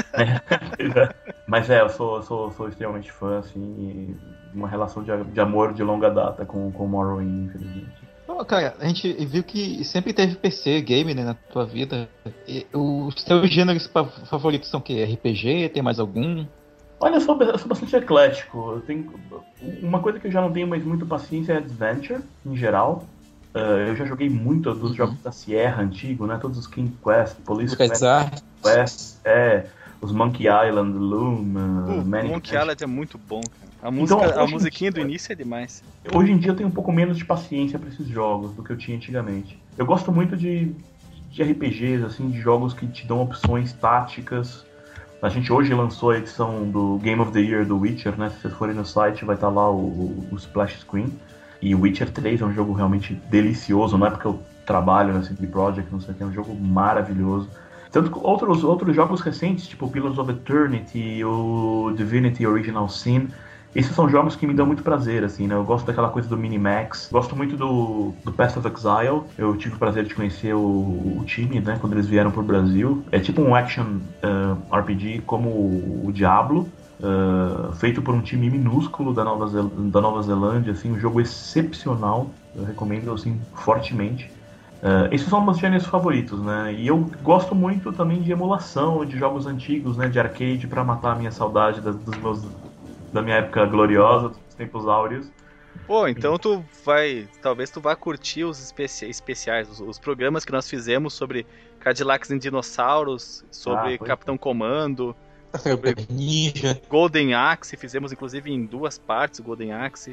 Mas eu sou extremamente fã, assim, uma relação de amor de longa data com Morrowind, infelizmente. Cara, a gente viu que sempre teve PC, game, né, na tua vida. Os teus gêneros favoritos são o quê? RPG? Tem mais algum? Olha, eu sou bastante eclético. Uma coisa que eu já não tenho mais muita paciência é Adventure, em geral. Eu já joguei muito dos jogos da Sierra antigo, né? Todos os King Quest, Police Quest, os Monkey Island, Loom, Monkey Island é muito bom, cara. A musiquinha do início é demais. Hoje em dia eu tenho um pouco menos de paciência para esses jogos do que eu tinha antigamente. Eu gosto muito de RPGs, assim, de jogos que te dão opções táticas. A gente hoje lançou a edição do Game of the Year do Witcher, né? Se vocês forem no site vai estar lá o splash screen. E o Witcher 3 é um jogo realmente delicioso, não é porque eu trabalho na CD Projekt, não sei o que, é um jogo maravilhoso. Tanto que outros jogos recentes, tipo Pillars of Eternity, o Divinity Original Sin, esses são jogos que me dão muito prazer, assim, né? Eu gosto daquela coisa do Minimax, gosto muito do Path of Exile. Eu tive o prazer de conhecer o time, né, quando eles vieram pro Brasil. É tipo um action RPG como o Diablo, feito por um time minúsculo da Nova Zelândia, assim, um jogo excepcional. Eu recomendo, assim, fortemente. Esses são meus gêneros favoritos, né? E eu gosto muito também de emulação, de jogos antigos, né, de arcade, pra matar a minha saudade da minha época gloriosa, dos tempos áureos. Pô, então talvez tu vá curtir os especiais, os programas que nós fizemos sobre Cadillacs e Dinossauros, sobre Capitão Comando, sobre Ninja, Golden Axe, fizemos inclusive em 2 partes o Golden Axe.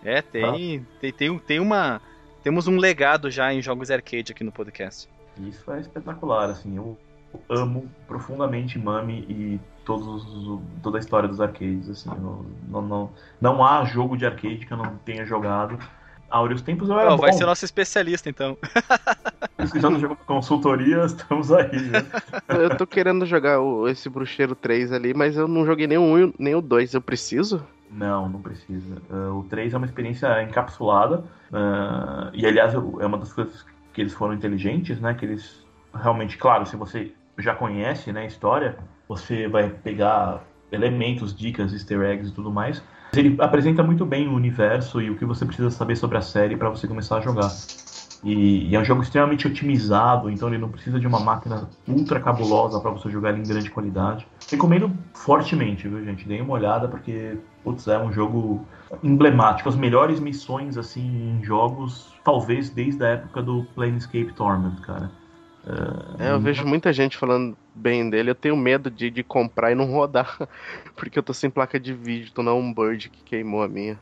Temos um legado já em jogos arcade aqui no podcast. Isso é espetacular, assim, eu amo profundamente Mami e toda a história dos arcades, assim, não há jogo de arcade que eu não tenha jogado. Áureos tempos eu era bom. Vai ser nosso especialista, então. Precisando de consultoria, estamos aí, né? Eu tô querendo jogar esse Bruxeiro 3 ali, mas eu não joguei nem o 2, eu preciso? Não precisa. O 3 é uma experiência encapsulada, e aliás é uma das coisas que eles foram inteligentes, né, que eles realmente, claro, se você já conhece, né, a história, você vai pegar elementos, dicas, easter eggs e tudo mais. Ele apresenta muito bem o universo e o que você precisa saber sobre a série para você começar a jogar. E é um jogo extremamente otimizado, então ele não precisa de uma máquina ultra cabulosa para você jogar ele em grande qualidade. Recomendo fortemente, viu, gente? Deem uma olhada porque, putz, é um jogo emblemático. As melhores missões, assim, em jogos, talvez desde a época do Planescape Torment, cara. Eu vejo muita gente falando bem dele. Eu tenho medo de comprar e não rodar, porque eu tô sem placa de vídeo, tô na Onbird que queimou a minha.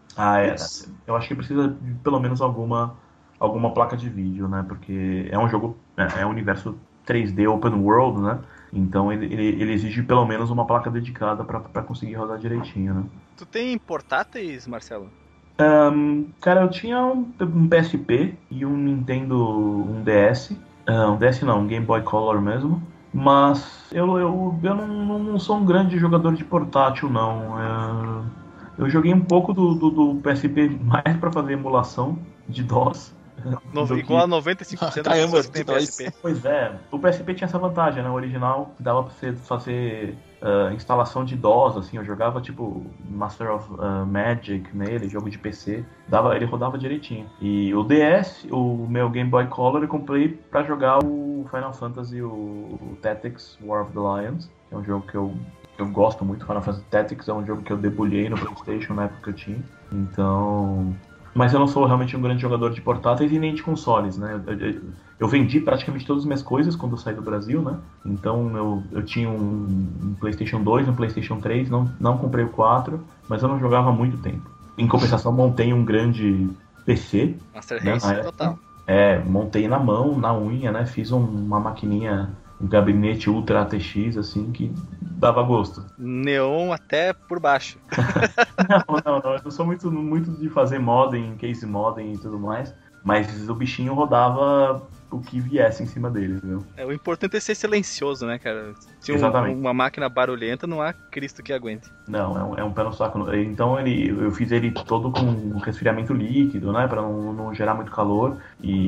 Eu acho que precisa de pelo menos alguma placa de vídeo, né? Porque é um jogo, é um universo 3D Open World, né? Então ele exige pelo menos uma placa dedicada para conseguir rodar direitinho, né? Tu tem portáteis, Marcelo? Cara, eu tinha um PSP e um Nintendo, um DS. Um DS não, um Game Boy Color mesmo. Mas eu não sou um grande jogador de portátil, não. Eu joguei um pouco do PSP mais para fazer emulação de DOS. Igual a 95% das pessoas que tem PSP. Pois é, o PSP tinha essa vantagem, né? O original dava pra você fazer instalação de DOS, assim, eu jogava tipo Master of Magic nele, jogo de PC, ele rodava direitinho. E o DS, o meu Game Boy Color, eu comprei pra jogar o Final Fantasy, o Tactics War of the Lions, que é um jogo que eu gosto muito. Final Fantasy Tactics é um jogo que eu debulhei no PlayStation na época que eu tinha. Então... Mas eu não sou realmente um grande jogador de portáteis e nem de consoles, né? Eu vendi praticamente todas as minhas coisas quando eu saí do Brasil, né? Então eu tinha um PlayStation 2, um PlayStation 3, não comprei o 4, mas eu não jogava há muito tempo. Em compensação, montei um grande PC. Master Race, né? Total. Montei na mão, na unha, né? Fiz uma maquininha, um gabinete Ultra ATX, assim, que dava gosto. Neon até por baixo. Não, eu não sou muito de fazer modem, case modem e tudo mais, mas o bichinho rodava o que viesse em cima dele, viu? O importante é ser silencioso, né, cara? Se uma máquina barulhenta, não há Cristo que aguente. Não, é um pé no saco. Então eu fiz ele todo com resfriamento líquido, né, pra não gerar muito calor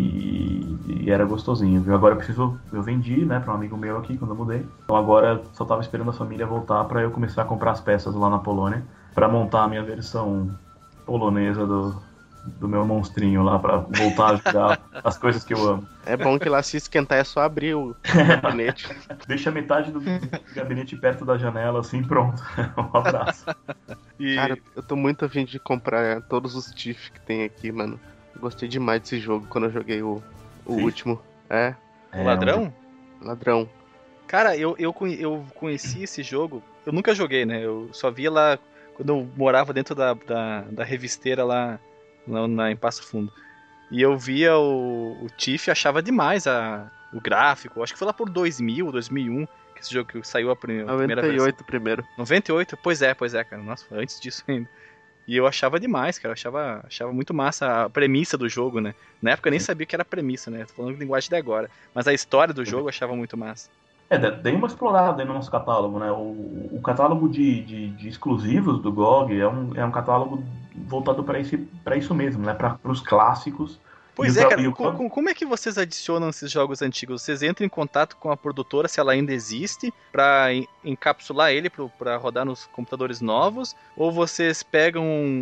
e era gostosinho, viu? Agora eu vendi, né, pra um amigo meu aqui quando eu mudei. Então agora só tava esperando a família voltar pra eu começar a comprar as peças lá na Polônia pra montar a minha versão polonesa do meu monstrinho lá, pra voltar a jogar as coisas que eu amo. É bom que lá se esquentar é só abrir o gabinete. Deixa metade do gabinete perto da janela, assim, pronto. Um abraço. Cara, eu tô muito afim de comprar todos os TIFF que tem aqui, mano. Eu gostei demais desse jogo quando eu joguei o último. O Ladrão? Ladrão. Cara, eu conheci esse jogo, eu nunca joguei, né? Eu só via lá quando eu morava dentro da revisteira lá em Passo Fundo. E eu via o Tiff e achava demais o gráfico. Acho que foi lá por 2000, 2001 que esse jogo que saiu a primeira vez. 98 primeiro. 98? Pois é, cara. Nossa, foi antes disso ainda. E eu achava demais, cara. Eu achava muito massa a premissa do jogo, né? Na época eu nem sabia que era premissa, né? Tô falando de linguagem de agora. Mas a história do jogo eu achava muito massa. Dei uma explorada aí no nosso catálogo, né? O catálogo de exclusivos do GOG é um catálogo voltado para isso mesmo, né? Para os clássicos. Pois é, cara. Como é que vocês adicionam esses jogos antigos? Vocês entram em contato com a produtora, se ela ainda existe, para encapsular ele para rodar nos computadores novos? Ou vocês pegam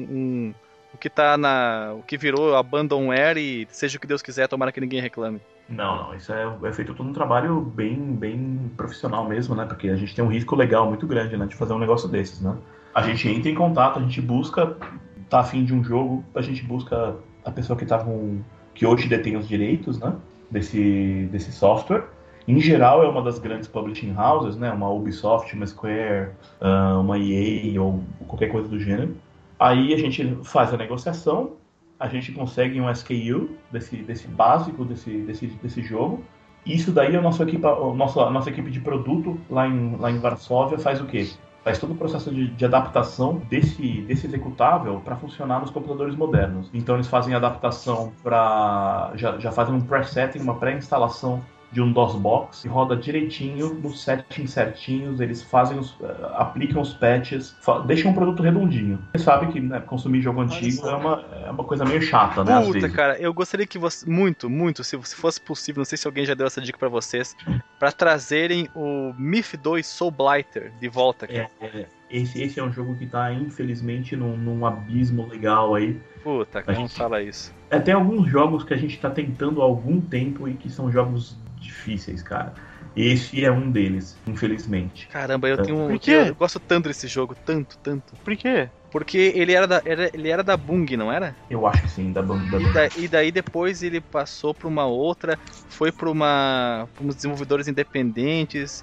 o que tá o que virou abandonware e seja o que Deus quiser, tomara que ninguém reclame? Não, isso é feito todo um trabalho bem profissional mesmo, né? Porque a gente tem um risco legal muito grande, né? De fazer um negócio desses, né? A gente entra em contato, a gente busca, tá afim de um jogo, a gente busca a pessoa que hoje detém os direitos, né? Desse software. Em geral é uma das grandes publishing houses, né? Uma Ubisoft, uma Square, uma EA ou qualquer coisa do gênero. Aí a gente faz a negociação, a gente consegue um SKU desse básico desse jogo. Isso daí a nossa equipe de produto lá em Varsóvia faz o quê? Faz todo o processo de adaptação desse executável para funcionar nos computadores modernos. Então eles fazem adaptação já fazem um presetting, uma pré-instalação de um DOSBox que roda direitinho nos settings certinhos, eles aplicam os patches, deixam um produto redondinho. Você sabe que, né, consumir jogo antigo é uma coisa meio chata, né? Às vezes. Cara, eu gostaria que você, muito, se fosse possível, não sei se alguém já deu essa dica pra vocês, pra trazerem o Myth 2 Soul Blighter de volta, cara. esse é um jogo que tá, infelizmente, num abismo legal aí. Puta, cara, não fala isso. Tem alguns jogos que a gente tá tentando há algum tempo e que são jogos difíceis, cara. Esse é um deles, infelizmente. Caramba, eu tenho Por quê? eu gosto tanto desse jogo, tanto. Por quê? Porque ele era da Bung, não era? Eu acho que sim, da E daí depois ele passou pra uma outra, foi pra uns desenvolvedores independentes.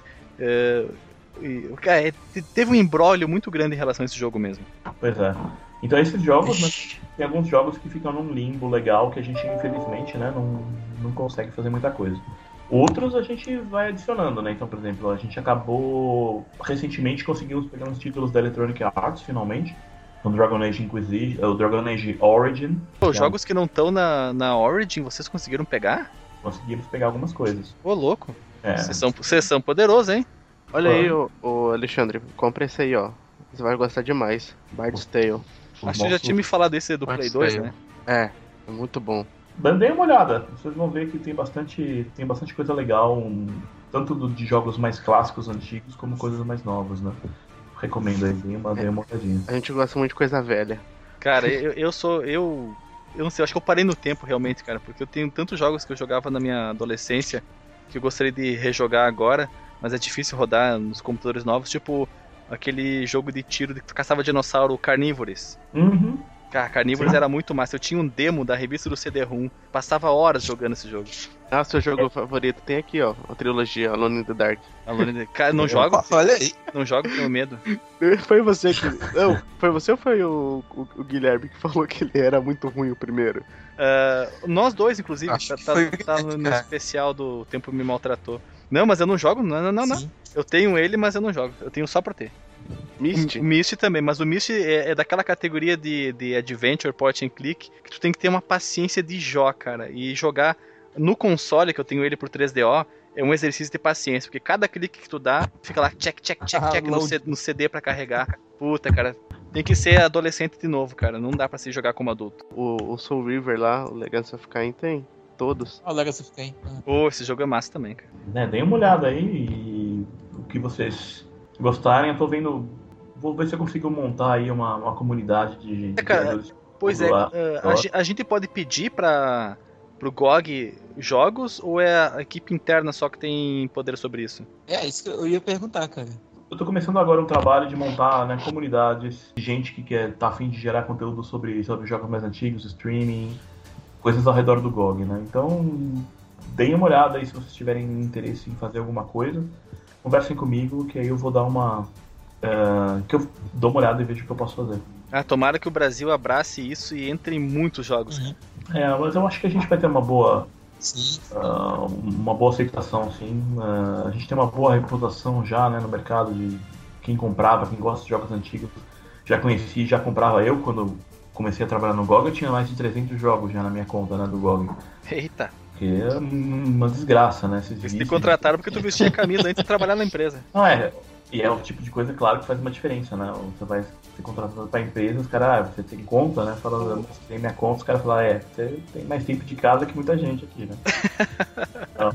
Cara, teve um imbróglio muito grande em relação a esse jogo mesmo. Pois é. Então esses jogos, né, tem alguns jogos que ficam num limbo legal que a gente, infelizmente, né, não consegue fazer muita coisa. Outros a gente vai adicionando, né? Então, por exemplo, a gente acabou recentemente conseguimos pegar uns títulos da Electronic Arts, finalmente. O Dragon Age Inquisition, o Dragon Age Origin. Os jogos que não estão na Origin, vocês conseguiram pegar? Conseguimos pegar algumas coisas. Ô, louco. Vocês são poderosos, hein? Olha aí, ô Alexandre, compra esse aí, ó. Você vai gostar demais. Bard's Tale. Acho que já tinha me falado desse do Play 2, né? É muito bom. Dê uma olhada, vocês vão ver que tem bastante coisa legal, tanto de jogos mais clássicos, antigos, como coisas mais novas, né? Recomendo aí, dê uma olhadinha. A gente gosta muito de coisa velha. Cara, eu não sei, eu acho que eu parei no tempo realmente, cara, porque eu tenho tantos jogos que eu jogava na minha adolescência que eu gostaria de rejogar agora, mas é difícil rodar nos computadores novos, tipo aquele jogo de tiro de que caçava dinossauro, Carnívoros. Uhum. Cara, Carnívoros era muito massa. Eu tinha um demo da revista do CD-ROM. Passava horas jogando esse jogo. Seu jogo favorito tem aqui, ó. A trilogia Alone in the Dark. Cara, não jogo? Olha aí. Não jogo, tenho medo. Foi você que... Não, foi você ou foi o Guilherme que falou que ele era muito ruim o primeiro? Nós dois, inclusive. Tá no especial do Tempo Me Maltratou. Não, mas eu não jogo. Não. Eu tenho ele, mas eu não jogo. Eu tenho só pra ter. Myst? O Myst também, mas o Myst é daquela categoria de Adventure, Point and Click, que tu tem que ter uma paciência de Jó, cara. E jogar no console, que eu tenho ele por 3DO, é um exercício de paciência, porque cada clique que tu dá, fica lá check no CD pra carregar. Puta, cara, tem que ser adolescente de novo, cara. Não dá pra se jogar como adulto. O Soul River lá, o Legacy of Kain tem todos. O Legacy of Kain. Esse jogo é massa também, cara. Dêem uma olhada aí e o que vocês gostarem, eu tô vendo. Vou ver se eu consigo montar aí uma comunidade de gente. Cara, pois é, a gente pode pedir pro GOG jogos ou é a equipe interna só que tem poder sobre isso? É isso que eu ia perguntar, cara. Eu tô começando agora um trabalho de montar, né, comunidades de gente que tá a fim de gerar conteúdo sobre jogos mais antigos, streaming, coisas ao redor do GOG, né? Então, deem uma olhada aí se vocês tiverem interesse em fazer alguma coisa. Conversem comigo, que aí eu vou dar que eu dou uma olhada e vejo o que eu posso fazer. Tomara que o Brasil abrace isso e entre em muitos jogos. Uhum. Mas eu acho que a gente vai ter uma boa aceitação, sim. A gente tem uma boa reputação já, né, no mercado de quem comprava, quem gosta de jogos antigos. Já comprava. Eu, quando comecei a trabalhar no GOG, eu tinha mais de 300 jogos já na minha conta, né, do GOG. Eita! Que é uma desgraça, né? Eles te contrataram porque tu vestia a camisa antes de trabalhar na empresa. Não, e é o tipo de coisa, claro, que faz uma diferença, né? Você vai ser contratado pra empresa, os caras, você tem conta, né? Fala, você tem minha conta, os caras falam, você tem mais tempo de casa que muita gente aqui, né? Então...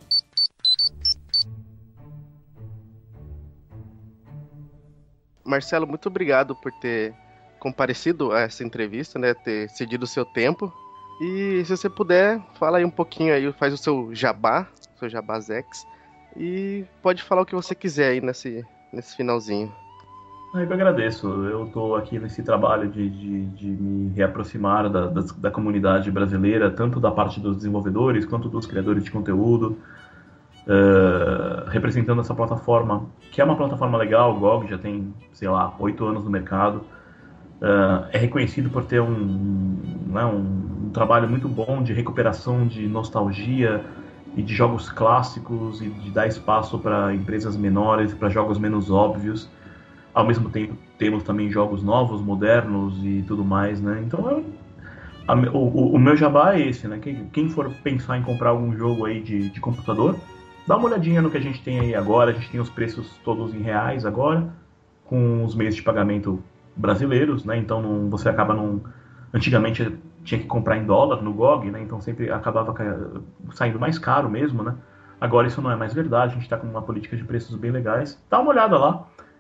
Marcelo, muito obrigado por ter comparecido a essa entrevista, né? Ter cedido o seu tempo. E se você puder, fala aí um pouquinho aí, faz o seu jabazex, e pode falar o que você quiser aí nesse finalzinho. Eu que agradeço. Eu estou aqui nesse trabalho de me reaproximar da comunidade brasileira, tanto da parte dos desenvolvedores quanto dos criadores de conteúdo, representando essa plataforma, que é uma plataforma legal. O GOG já tem, 8 anos no mercado. É reconhecido por ter um trabalho muito bom de recuperação de nostalgia e de jogos clássicos e de dar espaço para empresas menores, para jogos menos óbvios. Ao mesmo tempo, temos também jogos novos, modernos e tudo mais, né? Então, o meu jabá é esse, né? Quem for pensar em comprar algum jogo aí de computador, dá uma olhadinha no que a gente tem aí agora. A gente tem os preços todos em reais agora, com os meios de pagamento brasileiros, né? Então você acaba antigamente tinha que comprar em dólar no GOG, né? Então sempre acabava saindo mais caro mesmo, né? Agora isso não é mais verdade, a gente está com uma política de preços bem legais. Dá uma olhada lá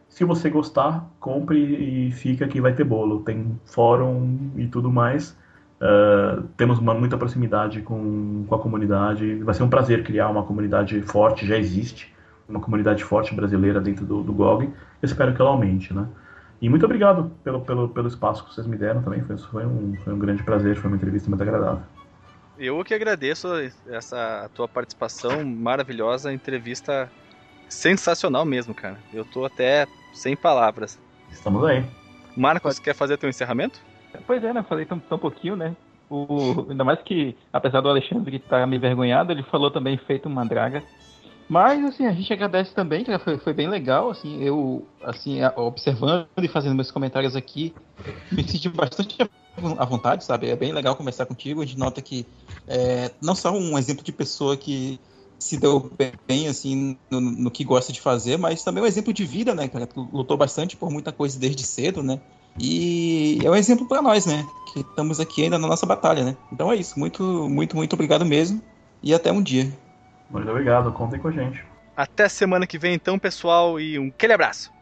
Se você gostar, compre e fica que vai ter bolo. Tem fórum e tudo mais. Temos muita proximidade com a comunidade. Vai ser um prazer criar uma comunidade forte, já existe uma comunidade forte brasileira dentro do GOG. Eu espero que ela aumente, né? E muito obrigado pelo espaço que vocês me deram também. Foi um grande prazer, foi uma entrevista muito agradável. Eu que agradeço essa tua participação maravilhosa, entrevista sensacional mesmo, cara. Eu tô até sem palavras. Estamos aí. Marcos, quer fazer teu encerramento? Pois é, né? Falei tão pouquinho, né? Ainda mais que, apesar do Alexandre estar meio envergonhado, ele falou também feito uma draga. Mas, assim, a gente agradece também, que foi bem legal, assim, eu, assim, observando e fazendo meus comentários aqui, me senti bastante à vontade, sabe? É bem legal conversar contigo, a gente nota que não só um exemplo de pessoa que se deu bem, assim, no que gosta de fazer, mas também um exemplo de vida, né, cara? Tu lutou bastante por muita coisa desde cedo, né? E é um exemplo para nós, né? Que estamos aqui ainda na nossa batalha, né? Então é isso, muito, muito, muito obrigado mesmo, e até um dia. Muito obrigado, contem com a gente. Até semana que vem então, pessoal, e um aquele abraço!